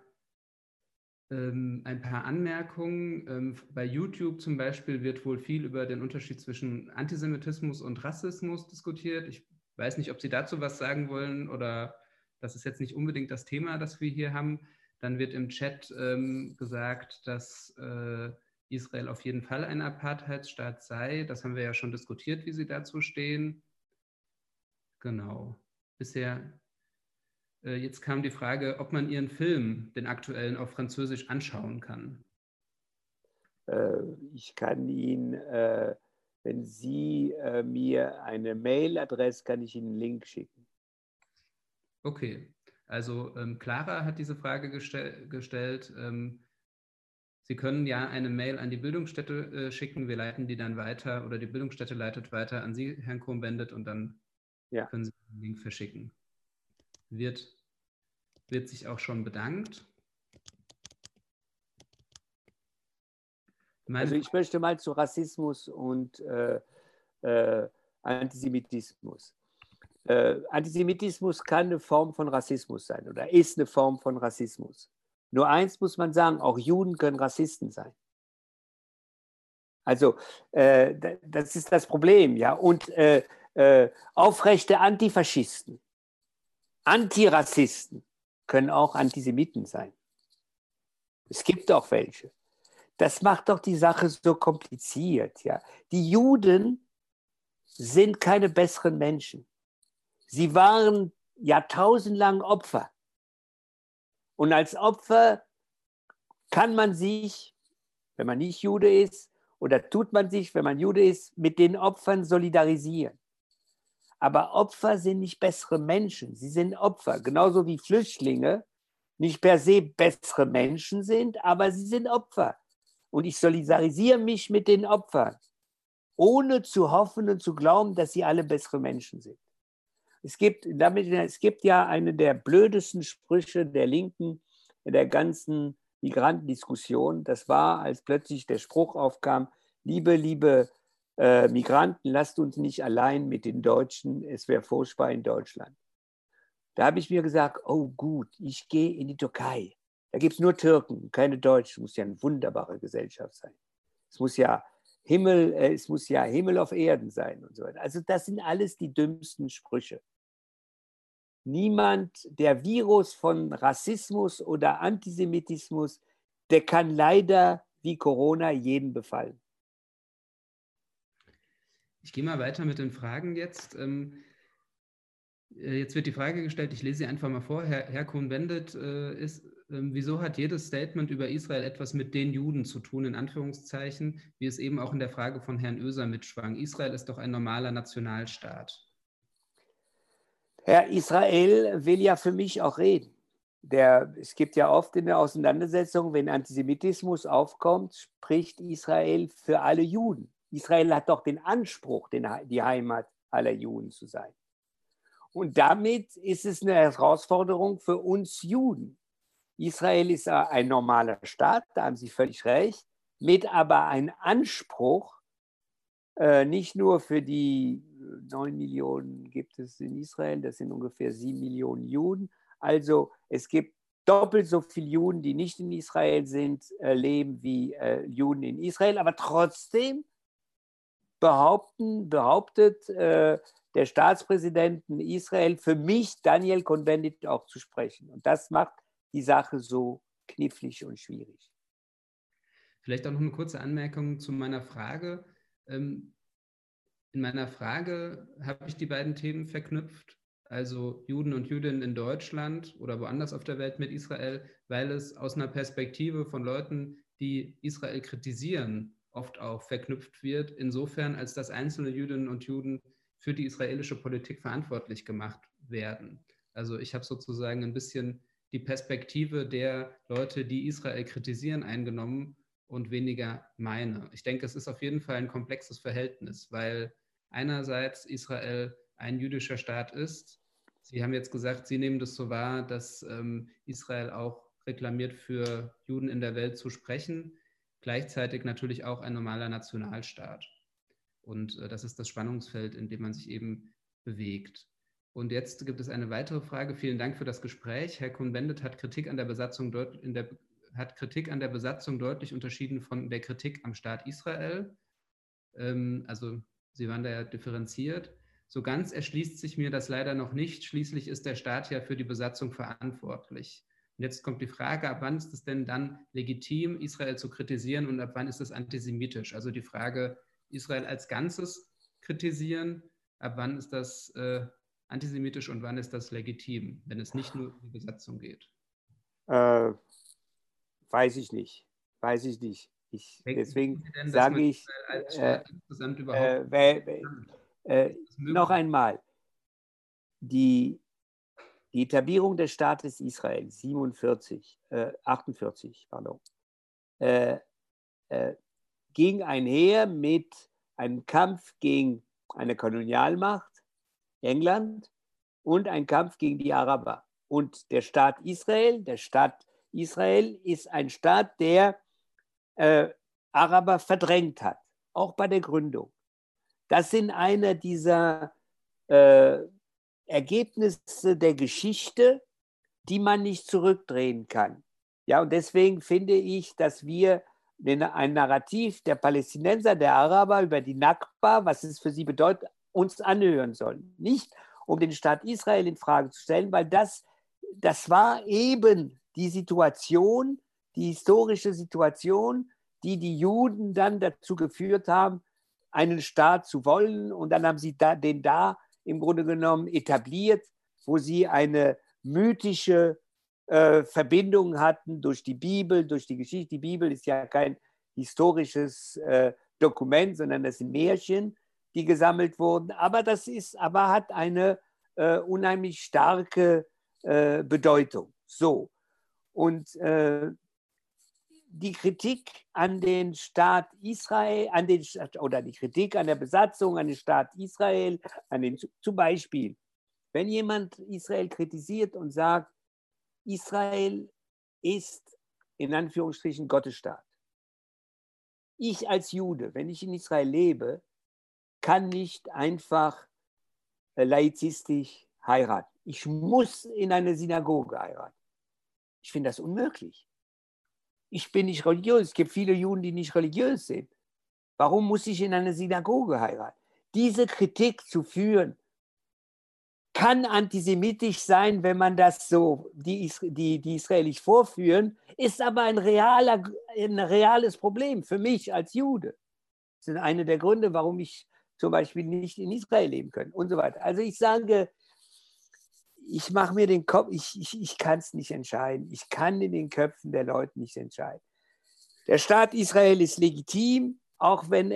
ein paar Anmerkungen. Bei YouTube zum Beispiel wird wohl viel über den Unterschied zwischen Antisemitismus und Rassismus diskutiert. Ich weiß nicht, ob Sie dazu was sagen wollen oder das ist jetzt nicht unbedingt das Thema, das wir hier haben. Dann wird im Chat gesagt, dass Israel auf jeden Fall ein Apartheidsstaat sei. Das haben wir ja schon diskutiert, wie Sie dazu stehen. Genau. Bisher. Jetzt kam die Frage, ob man Ihren Film, den aktuellen, auf Französisch anschauen kann. Ich kann Ihnen, wenn Sie mir eine Mailadresse, kann ich Ihnen einen Link schicken. Okay, also Clara hat diese Frage gestellt. Sie können ja eine Mail an die Bildungsstätte schicken, wir leiten die dann weiter oder die Bildungsstätte leitet weiter an Sie, Herrn Cohn-Bendit, und dann können Sie den Link verschicken. Wird sich auch schon bedankt. Also ich möchte mal zu Rassismus und Antisemitismus. Antisemitismus kann eine Form von Rassismus sein oder ist eine Form von Rassismus. Nur eins muss man sagen, auch Juden können Rassisten sein. Also das ist das Problem, ja. Und aufrechte Antifaschisten, Antirassisten können auch Antisemiten sein. Es gibt auch welche. Das macht doch die Sache so kompliziert, ja. Die Juden sind keine besseren Menschen. Sie waren jahrtausendlang Opfer. Und als Opfer kann man sich, wenn man nicht Jude ist, oder tut man sich, wenn man Jude ist, mit den Opfern solidarisieren. Aber Opfer sind nicht bessere Menschen. Sie sind Opfer, genauso wie Flüchtlinge nicht per se bessere Menschen sind, aber sie sind Opfer. Und ich solidarisiere mich mit den Opfern, ohne zu hoffen und zu glauben, dass sie alle bessere Menschen sind. Es gibt ja eine der blödesten Sprüche der Linken in der ganzen Migrantendiskussion. Das war, als plötzlich der Spruch aufkam, liebe Migranten, lasst uns nicht allein mit den Deutschen, es wäre furchtbar in Deutschland. Da habe ich mir gesagt, oh gut, ich gehe in die Türkei. Da gibt es nur Türken, keine Deutschen. Es muss ja eine wunderbare Gesellschaft sein. Es muss ja Himmel auf Erden sein und so weiter. Also das sind alles die dümmsten Sprüche. Niemand, der Virus von Rassismus oder Antisemitismus, der kann leider wie Corona jeden befallen. Ich gehe mal weiter mit den Fragen jetzt. Jetzt wird die Frage gestellt, ich lese sie einfach mal vor. Herr Cohn-Bendit, wieso hat jedes Statement über Israel etwas mit den Juden zu tun, in Anführungszeichen, wie es eben auch in der Frage von Herrn Oeser mitschwang? Israel ist doch ein normaler Nationalstaat. Herr Israel will ja für mich auch reden. Es gibt ja oft in der Auseinandersetzung, wenn Antisemitismus aufkommt, spricht Israel für alle Juden. Israel hat doch den Anspruch, die Heimat aller Juden zu sein. Und damit ist es eine Herausforderung für uns Juden. Israel ist ein normaler Staat, da haben Sie völlig recht, mit aber einem Anspruch, nicht nur für die 9 Millionen gibt es in Israel, das sind ungefähr 7 Millionen Juden. Also es gibt doppelt so viele Juden, die nicht in Israel sind, leben wie Juden in Israel, aber trotzdem behauptet der Staatspräsident in Israel, für mich, Daniel Cohn-Bendit, auch zu sprechen. Und das macht die Sache so knifflig und schwierig. Vielleicht auch noch eine kurze Anmerkung zu meiner Frage. In meiner Frage habe ich die beiden Themen verknüpft, also Juden und Jüdinnen in Deutschland oder woanders auf der Welt mit Israel, weil es aus einer Perspektive von Leuten, die Israel kritisieren, oft auch verknüpft wird, insofern, als dass einzelne Jüdinnen und Juden für die israelische Politik verantwortlich gemacht werden. Also ich habe sozusagen ein bisschen die Perspektive der Leute, die Israel kritisieren, eingenommen und weniger meine. Ich denke, es ist auf jeden Fall ein komplexes Verhältnis, weil einerseits Israel ein jüdischer Staat ist. Sie haben jetzt gesagt, Sie nehmen das so wahr, dass Israel auch reklamiert, für Juden in der Welt zu sprechen, gleichzeitig natürlich auch ein normaler Nationalstaat. Und das ist das Spannungsfeld, in dem man sich eben bewegt. Und jetzt gibt es eine weitere Frage. Vielen Dank für das Gespräch. Herr Cohn-Bendit hat Kritik an der Besatzung deutlich unterschieden von der Kritik am Staat Israel. Also Sie waren da ja differenziert. So ganz erschließt sich mir das leider noch nicht. Schließlich ist der Staat ja für die Besatzung verantwortlich. Und jetzt kommt die Frage, ab wann ist es denn dann legitim, Israel zu kritisieren und ab wann ist es antisemitisch? Also die Frage, Israel als Ganzes kritisieren, ab wann ist das antisemitisch und wann ist das legitim, wenn es nicht nur um die Besatzung geht? Weiß ich nicht. Deswegen sage ich, noch einmal, die Etablierung des Staates Israel 48, äh, ging einher mit einem Kampf gegen eine Kolonialmacht, England, und ein Kampf gegen die Araber. Und der Staat Israel ist ein Staat, der Araber verdrängt hat, auch bei der Gründung. Das sind einer dieser Ergebnisse der Geschichte, die man nicht zurückdrehen kann. Ja, und deswegen finde ich, dass wir ein Narrativ der Palästinenser, der Araber über die Nakba, was es für sie bedeutet, uns anhören sollen. Nicht um den Staat Israel in Frage zu stellen, weil das war eben die Situation, die historische Situation, die Juden dann dazu geführt haben, einen Staat zu wollen. Und dann haben sie den im Grunde genommen etabliert, wo sie eine mythische Verbindung hatten durch die Bibel, durch die Geschichte. Die Bibel ist ja kein historisches Dokument, sondern das sind Märchen, die gesammelt wurden. Aber hat eine unheimlich starke Bedeutung. So. Und die Kritik an den Staat Israel, die Kritik an der Besatzung, an den Staat Israel, zum Beispiel, wenn jemand Israel kritisiert und sagt, Israel ist in Anführungsstrichen Gottesstaat. Ich als Jude, wenn ich in Israel lebe, kann nicht einfach laizistisch heiraten. Ich muss in eine Synagoge heiraten. Ich finde das unmöglich. Ich bin nicht religiös. Es gibt viele Juden, die nicht religiös sind. Warum muss ich in eine Synagoge heiraten? Diese Kritik zu führen, kann antisemitisch sein, wenn man das so, die Israelis vorführen, ist aber ein reales Problem für mich als Jude. Das ist einer der Gründe, warum ich zum Beispiel nicht in Israel leben kann und so weiter. Also ich sage, ich mache mir den Kopf, ich kann es nicht entscheiden. Ich kann in den Köpfen der Leute nicht entscheiden. Der Staat Israel ist legitim, auch wenn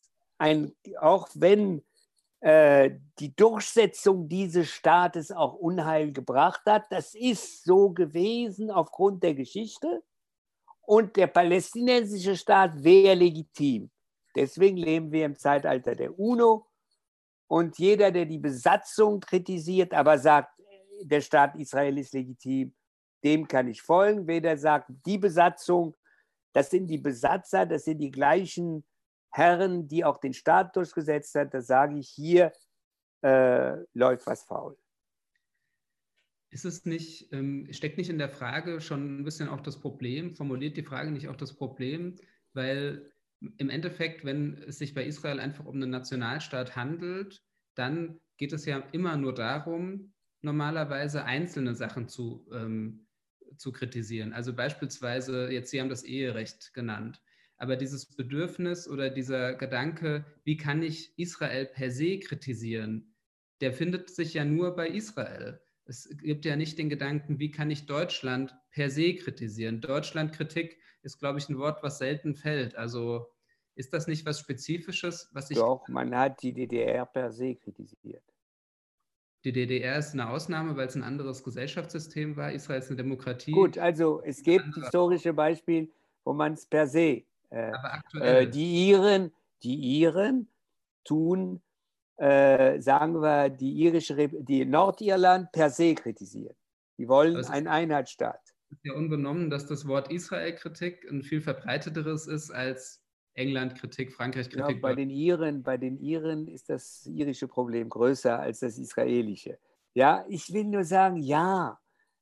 die Durchsetzung dieses Staates auch Unheil gebracht hat. Das ist so gewesen aufgrund der Geschichte. Und der palästinensische Staat wäre legitim. Deswegen leben wir im Zeitalter der UNO. Und jeder, der die Besatzung kritisiert, aber sagt, der Staat Israel ist legitim, dem kann ich folgen. Wer der sagt, die Besatzung, das sind die Besatzer, das sind die gleichen Herren, die auch den Staat durchgesetzt hat, da sage ich, hier läuft was faul. Ist es nicht, steckt nicht in der Frage schon ein bisschen auch das Problem, formuliert die Frage nicht auch das Problem, weil im Endeffekt, wenn es sich bei Israel einfach um einen Nationalstaat handelt, dann geht es ja immer nur darum, normalerweise einzelne Sachen zu kritisieren. Also beispielsweise, jetzt Sie haben das Eherecht genannt, aber dieses Bedürfnis oder dieser Gedanke, wie kann ich Israel per se kritisieren, der findet sich ja nur bei Israel. Es gibt ja nicht den Gedanken, wie kann ich Deutschland per se kritisieren. Deutschlandkritik ist, glaube ich, ein Wort, was selten fällt. Also ist das nicht was Spezifisches, was ich... Doch, man hat die DDR per se kritisiert. Die DDR ist eine Ausnahme, weil es ein anderes Gesellschaftssystem war. Israel ist eine Demokratie. Gut, also es gibt historische Beispiele, wo man es per se... aber aktuell. Die Iren tun, sagen wir, die Nordirland per se kritisieren. Die wollen einen Einheitsstaat. Es ist ja unbenommen, dass das Wort Israel-Kritik ein viel verbreiteteres ist als England-Kritik, Frankreich-Kritik. Ja, bei den Iren ist das irische Problem größer als das israelische. Ja, ich will nur sagen, ja,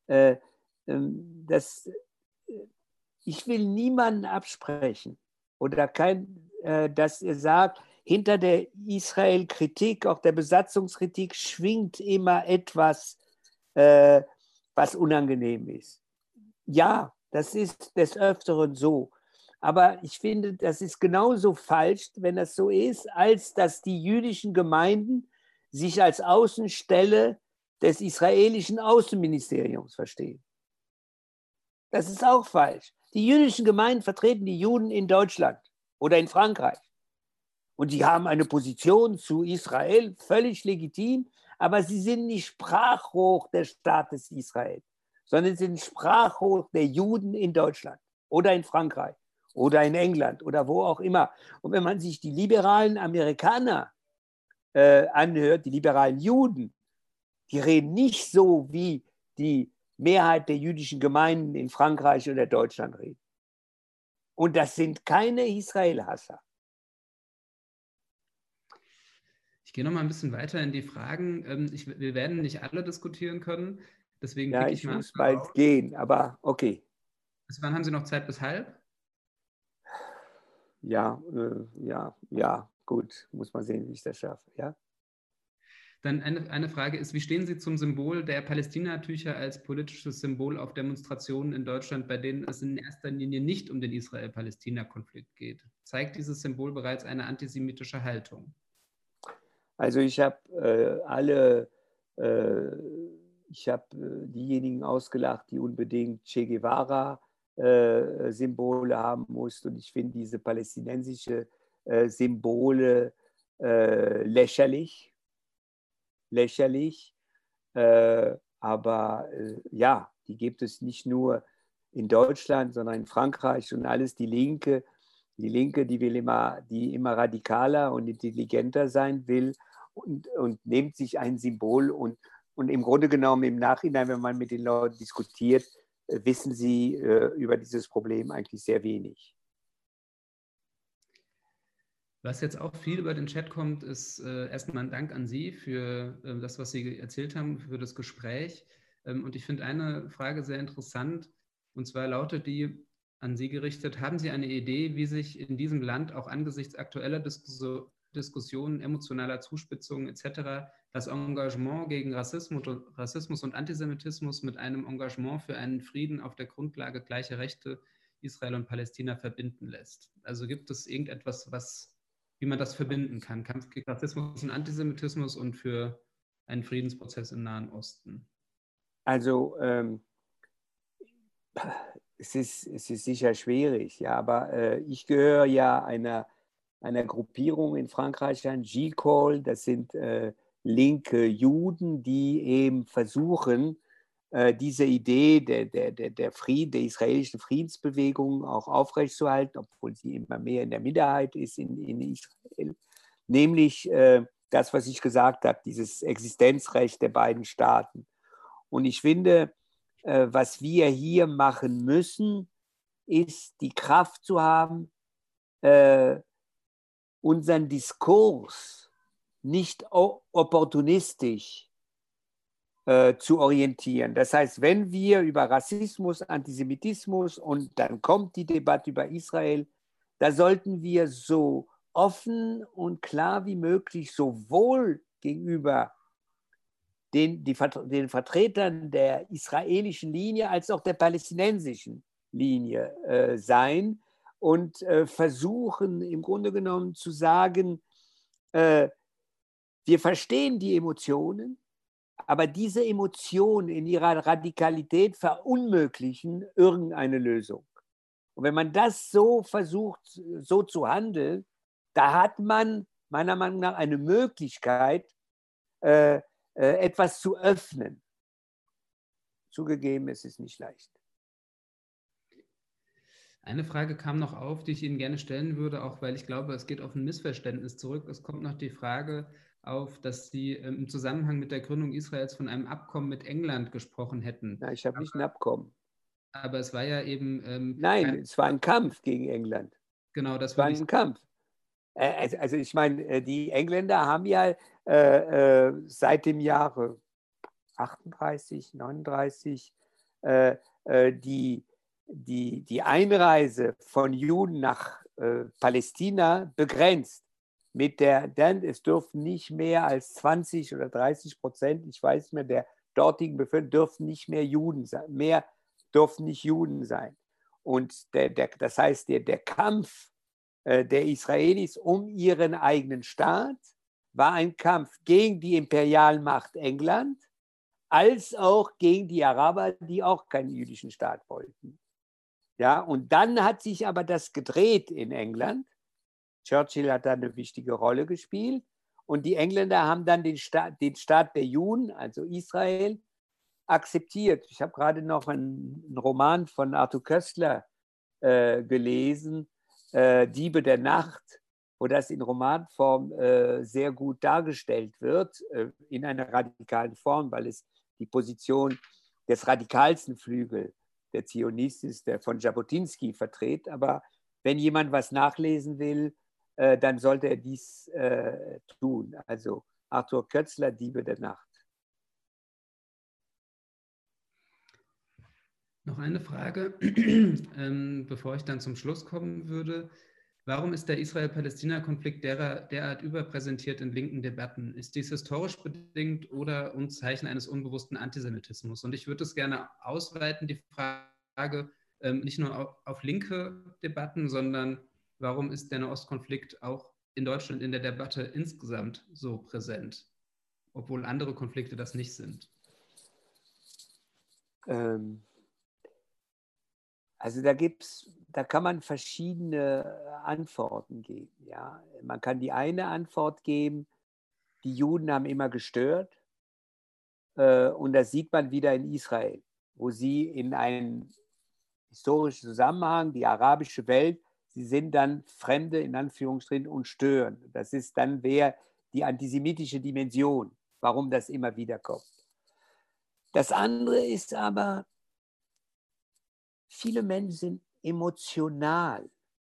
ich will niemanden absprechen oder dass er sagt, hinter der Israel-Kritik, auch der Besatzungskritik, schwingt immer etwas, was unangenehm ist. Ja, das ist des Öfteren so. Aber ich finde, das ist genauso falsch, wenn das so ist, als dass die jüdischen Gemeinden sich als Außenstelle des israelischen Außenministeriums verstehen. Das ist auch falsch. Die jüdischen Gemeinden vertreten die Juden in Deutschland oder in Frankreich. Und die haben eine Position zu Israel, völlig legitim, aber sie sind nicht Sprachrohr des Staates Israel, sondern sie sind Sprachrohr der Juden in Deutschland oder in Frankreich oder in England oder wo auch immer. Und wenn man sich die liberalen Amerikaner anhört, die liberalen Juden, die reden nicht so, wie die Mehrheit der jüdischen Gemeinden in Frankreich oder Deutschland reden. Und das sind keine Israel-Hasser. Ich gehe noch mal ein bisschen weiter in die Fragen. Wir werden nicht alle diskutieren können, deswegen Ja, pick ich mal muss bald gehen, aber okay. Bis wann haben Sie noch Zeit? Bis halb? Ja, gut. Muss man sehen, wie ich das schaffe. Ja? Dann eine Frage ist, wie stehen Sie zum Symbol der Palästinatücher als politisches Symbol auf Demonstrationen in Deutschland, bei denen es in erster Linie nicht um den Israel-Palästina-Konflikt geht? Zeigt dieses Symbol bereits eine antisemitische Haltung? Also ich habe diejenigen ausgelacht, die unbedingt Che Guevara Symbole haben mussten. Und ich finde diese palästinensische Symbole lächerlich. Aber ja, die gibt es nicht nur in Deutschland, sondern in Frankreich und alles. Die Linke, die immer radikaler und intelligenter sein will und nimmt sich ein Symbol und im Grunde genommen im Nachhinein, wenn man mit den Leuten diskutiert, wissen sie über dieses Problem eigentlich sehr wenig. Was jetzt auch viel über den Chat kommt, ist erstmal ein Dank an Sie für das, was Sie erzählt haben, für das Gespräch. Und ich finde eine Frage sehr interessant, und zwar lautet die an Sie gerichtet: Haben Sie eine Idee, wie sich in diesem Land auch angesichts aktueller Diskussionen, emotionaler Zuspitzungen etc. das Engagement gegen Rassismus und Antisemitismus mit einem Engagement für einen Frieden auf der Grundlage gleicher Rechte Israel und Palästina verbinden lässt? Also gibt es irgendetwas, wie man das verbinden kann? Kampf gegen Rassismus und Antisemitismus und für einen Friedensprozess im Nahen Osten? Also es ist sicher schwierig, ja, aber ich gehöre ja einer Gruppierung in Frankreich an, G-Call, das sind linke Juden, die eben versuchen, diese Idee der israelischen Friedensbewegung auch aufrechtzuerhalten, obwohl sie immer mehr in der Minderheit ist in Israel, nämlich das, was ich gesagt habe, dieses Existenzrecht der beiden Staaten. Und ich finde, was wir hier machen müssen, ist die Kraft zu haben, unseren Diskurs nicht opportunistisch zu orientieren. Das heißt, wenn wir über Rassismus, Antisemitismus und dann kommt die Debatte über Israel, da sollten wir so offen und klar wie möglich sowohl gegenüber den Vertretern der israelischen Linie als auch der palästinensischen Linie sein und versuchen im Grunde genommen zu sagen, wir verstehen die Emotionen, aber diese Emotionen in ihrer Radikalität verunmöglichen irgendeine Lösung. Und wenn man das so versucht, so zu handeln, da hat man meiner Meinung nach eine Möglichkeit, etwas zu öffnen. Zugegeben, es ist nicht leicht. Eine Frage kam noch auf, die ich Ihnen gerne stellen würde, auch weil ich glaube, es geht auf ein Missverständnis zurück. Es kommt noch die Frage auf, dass Sie im Zusammenhang mit der Gründung Israels von einem Abkommen mit England gesprochen hätten. Nein, ich habe nicht ein Abkommen. Aber es war ja eben... Nein, es war ein Kampf gegen England. Genau, das war ein Kampf. Also ich meine, die Engländer haben ja seit dem Jahre 38, 39 die Einreise von Juden nach Palästina begrenzt. Denn es dürfen nicht mehr als 20 oder 30%, ich weiß nicht mehr, der dortigen Bevölkerung dürfen nicht mehr Juden sein. Mehr dürfen nicht Juden sein. Und das heißt, der Kampf der Israelis um ihren eigenen Staat war ein Kampf gegen die Imperialmacht England, als auch gegen die Araber, die auch keinen jüdischen Staat wollten. Ja, und dann hat sich aber das gedreht in England. Churchill hat da eine wichtige Rolle gespielt und die Engländer haben dann den Staat der Juden, also Israel, akzeptiert. Ich habe gerade noch einen Roman von Arthur Koestler gelesen, Diebe der Nacht, wo das in Romanform sehr gut dargestellt wird, in einer radikalen Form, weil es die Position des radikalsten Flügel der Zionisten ist, der von Jabotinsky vertritt. Aber wenn jemand was nachlesen will, dann sollte er dies tun. Also Arthur Koestler, Diebe der Nacht. Noch eine Frage, bevor ich dann zum Schluss kommen würde. Warum ist der Israel-Palästina-Konflikt derart überpräsentiert in linken Debatten? Ist dies historisch bedingt oder ein Zeichen eines unbewussten Antisemitismus? Und ich würde es gerne ausweiten, die Frage, nicht nur auf linke Debatten, sondern warum ist der Nahostkonflikt auch in Deutschland in der Debatte insgesamt so präsent, obwohl andere Konflikte das nicht sind? Also da kann man verschiedene Antworten geben. Ja. Man kann die eine Antwort geben, die Juden haben immer gestört. Und das sieht man wieder in Israel, wo sie in einem historischen Zusammenhang, die arabische Welt, sie sind dann Fremde in Anführungsstrichen und stören. Das ist dann die antisemitische Dimension, warum das immer wieder kommt. Das andere ist aber, viele Menschen sind emotional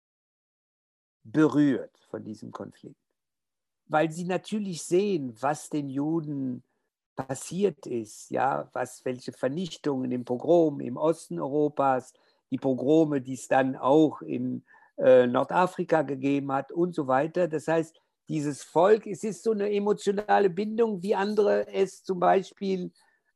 berührt von diesem Konflikt, weil sie natürlich sehen, was den Juden passiert ist, ja, welche Vernichtungen im Pogrom im Osten Europas, die Pogrome, die es dann auch in Nordafrika gegeben hat und so weiter. Das heißt, dieses Volk, es ist so eine emotionale Bindung, wie andere es zum Beispiel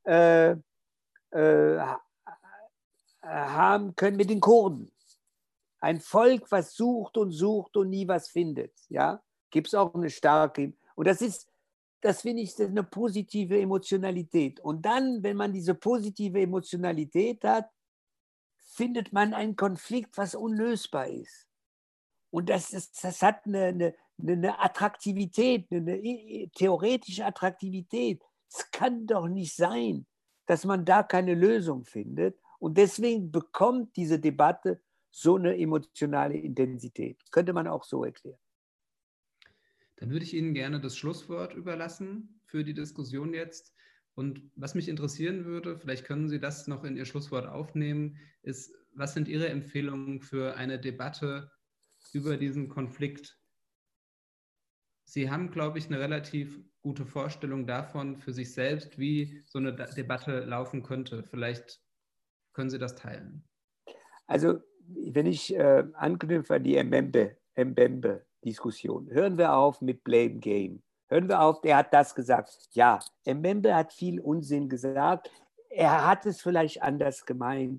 haben können mit den Kurden. Ein Volk, was sucht und nie was findet. Ja? Gibt es auch eine starke, und das finde ich eine positive Emotionalität. Und dann, wenn man diese positive Emotionalität hat, findet man einen Konflikt, was unlösbar ist. Und das hat eine Attraktivität, eine theoretische Attraktivität. Es kann doch nicht sein, dass man da keine Lösung findet. Und deswegen bekommt diese Debatte so eine emotionale Intensität. Könnte man auch so erklären. Dann würde ich Ihnen gerne das Schlusswort überlassen für die Diskussion jetzt. Und was mich interessieren würde, vielleicht können Sie das noch in Ihr Schlusswort aufnehmen, ist, was sind Ihre Empfehlungen für eine Debatte über diesen Konflikt? Sie haben, glaube ich, eine relativ gute Vorstellung davon für sich selbst, wie so eine Debatte laufen könnte. Vielleicht können Sie das teilen. Also, wenn ich anknüpfe an die Mbembe-Diskussion, hören wir auf mit Blame Game. Hören wir auf, der hat das gesagt. Ja, Mbembe hat viel Unsinn gesagt. Er hat es vielleicht anders gemeint.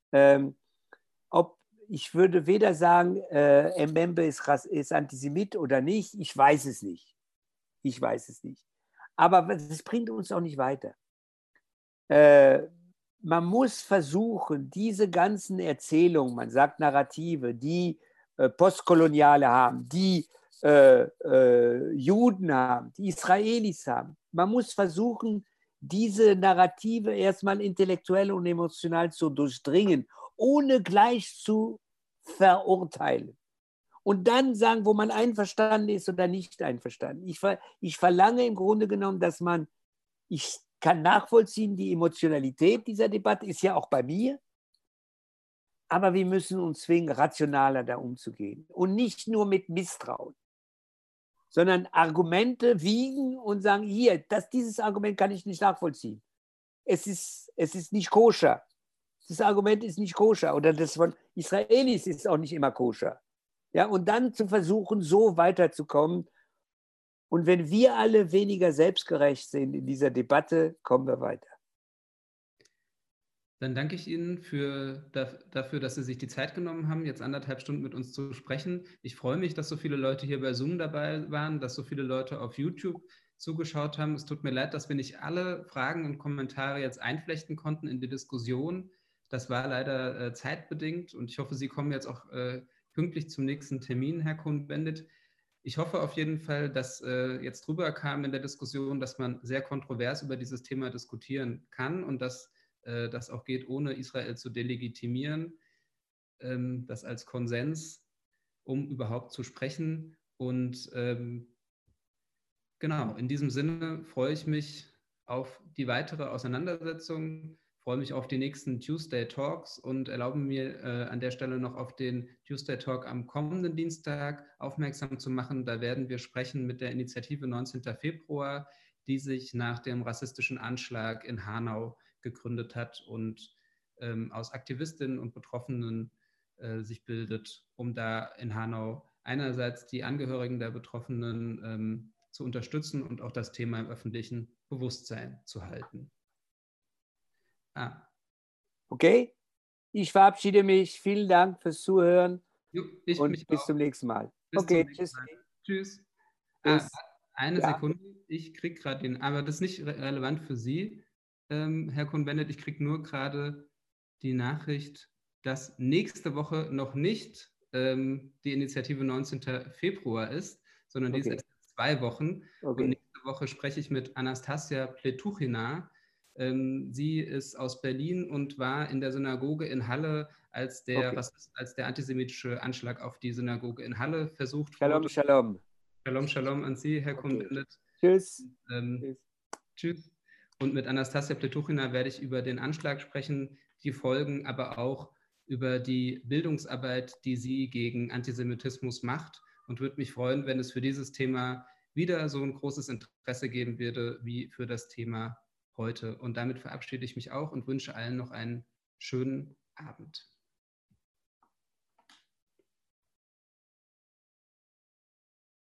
Ich würde weder sagen, Mbembe ist Antisemit oder nicht. Ich weiß es nicht. Aber das bringt uns auch nicht weiter. Man muss versuchen, diese ganzen Erzählungen, man sagt Narrative, die Postkoloniale haben, die Juden haben, die Israelis haben, man muss versuchen, diese Narrative erstmal intellektuell und emotional zu durchdringen, ohne gleich zu verurteilen. Und dann sagen, wo man einverstanden ist oder nicht einverstanden. Ich verlange im Grunde genommen, dass ich kann nachvollziehen, die Emotionalität dieser Debatte ist ja auch bei mir, aber wir müssen uns zwingen, rationaler da umzugehen und nicht nur mit Misstrauen, sondern Argumente wiegen und sagen, hier, dieses Argument kann ich nicht nachvollziehen. Es ist nicht koscher. Das Argument ist nicht koscher oder das von Israelis ist auch nicht immer koscher. Ja, und dann zu versuchen, so weiterzukommen. Und wenn wir alle weniger selbstgerecht sind in dieser Debatte, kommen wir weiter. Dann danke ich Ihnen dafür, dass Sie sich die Zeit genommen haben, jetzt 1,5 Stunden mit uns zu sprechen. Ich freue mich, dass so viele Leute hier bei Zoom dabei waren, dass so viele Leute auf YouTube zugeschaut haben. Es tut mir leid, dass wir nicht alle Fragen und Kommentare jetzt einflechten konnten in die Diskussion. Das war leider zeitbedingt und ich hoffe, Sie kommen jetzt auch pünktlich zum nächsten Termin, Herr Cohn-Bendit. Ich hoffe auf jeden Fall, dass jetzt rüberkam in der Diskussion, dass man sehr kontrovers über dieses Thema diskutieren kann und dass das auch geht, ohne Israel zu delegitimieren. das als Konsens, um überhaupt zu sprechen. Und genau, in diesem Sinne freue ich mich auf die weitere Auseinandersetzung, freue mich auf die nächsten Tuesday Talks und erlaube mir an der Stelle noch auf den Tuesday Talk am kommenden Dienstag aufmerksam zu machen. Da werden wir sprechen mit der Initiative 19. Februar, die sich nach dem rassistischen Anschlag in Hanau gegründet hat und aus Aktivistinnen und Betroffenen sich bildet, um da in Hanau einerseits die Angehörigen der Betroffenen zu unterstützen und auch das Thema im öffentlichen Bewusstsein zu halten. Okay, ich verabschiede mich. Vielen Dank fürs Zuhören und bis zum nächsten Mal. Okay, tschüss. Tschüss. Tschüss. Eine Sekunde, ich kriege gerade den, aber das ist nicht relevant für Sie, Herr Cohn-Bendit, ich kriege nur gerade die Nachricht, dass nächste Woche noch nicht die Initiative 19. Februar ist, sondern die ist erst in 2 Wochen. Und nächste Woche spreche ich mit Anastasia Pletuchina. Sie ist aus Berlin und war in der Synagoge in Halle, als der antisemitische Anschlag auf die Synagoge in Halle versucht wurde. Shalom. Shalom, Shalom an Sie, Herr Cohn-Bendit. Tschüss. Tschüss. Und mit Anastasia Pletuchina werde ich über den Anschlag sprechen, die Folgen, aber auch über die Bildungsarbeit, die sie gegen Antisemitismus macht, und würde mich freuen, wenn es für dieses Thema wieder so ein großes Interesse geben würde wie für das Thema heute. Und damit verabschiede ich mich auch und wünsche allen noch einen schönen Abend.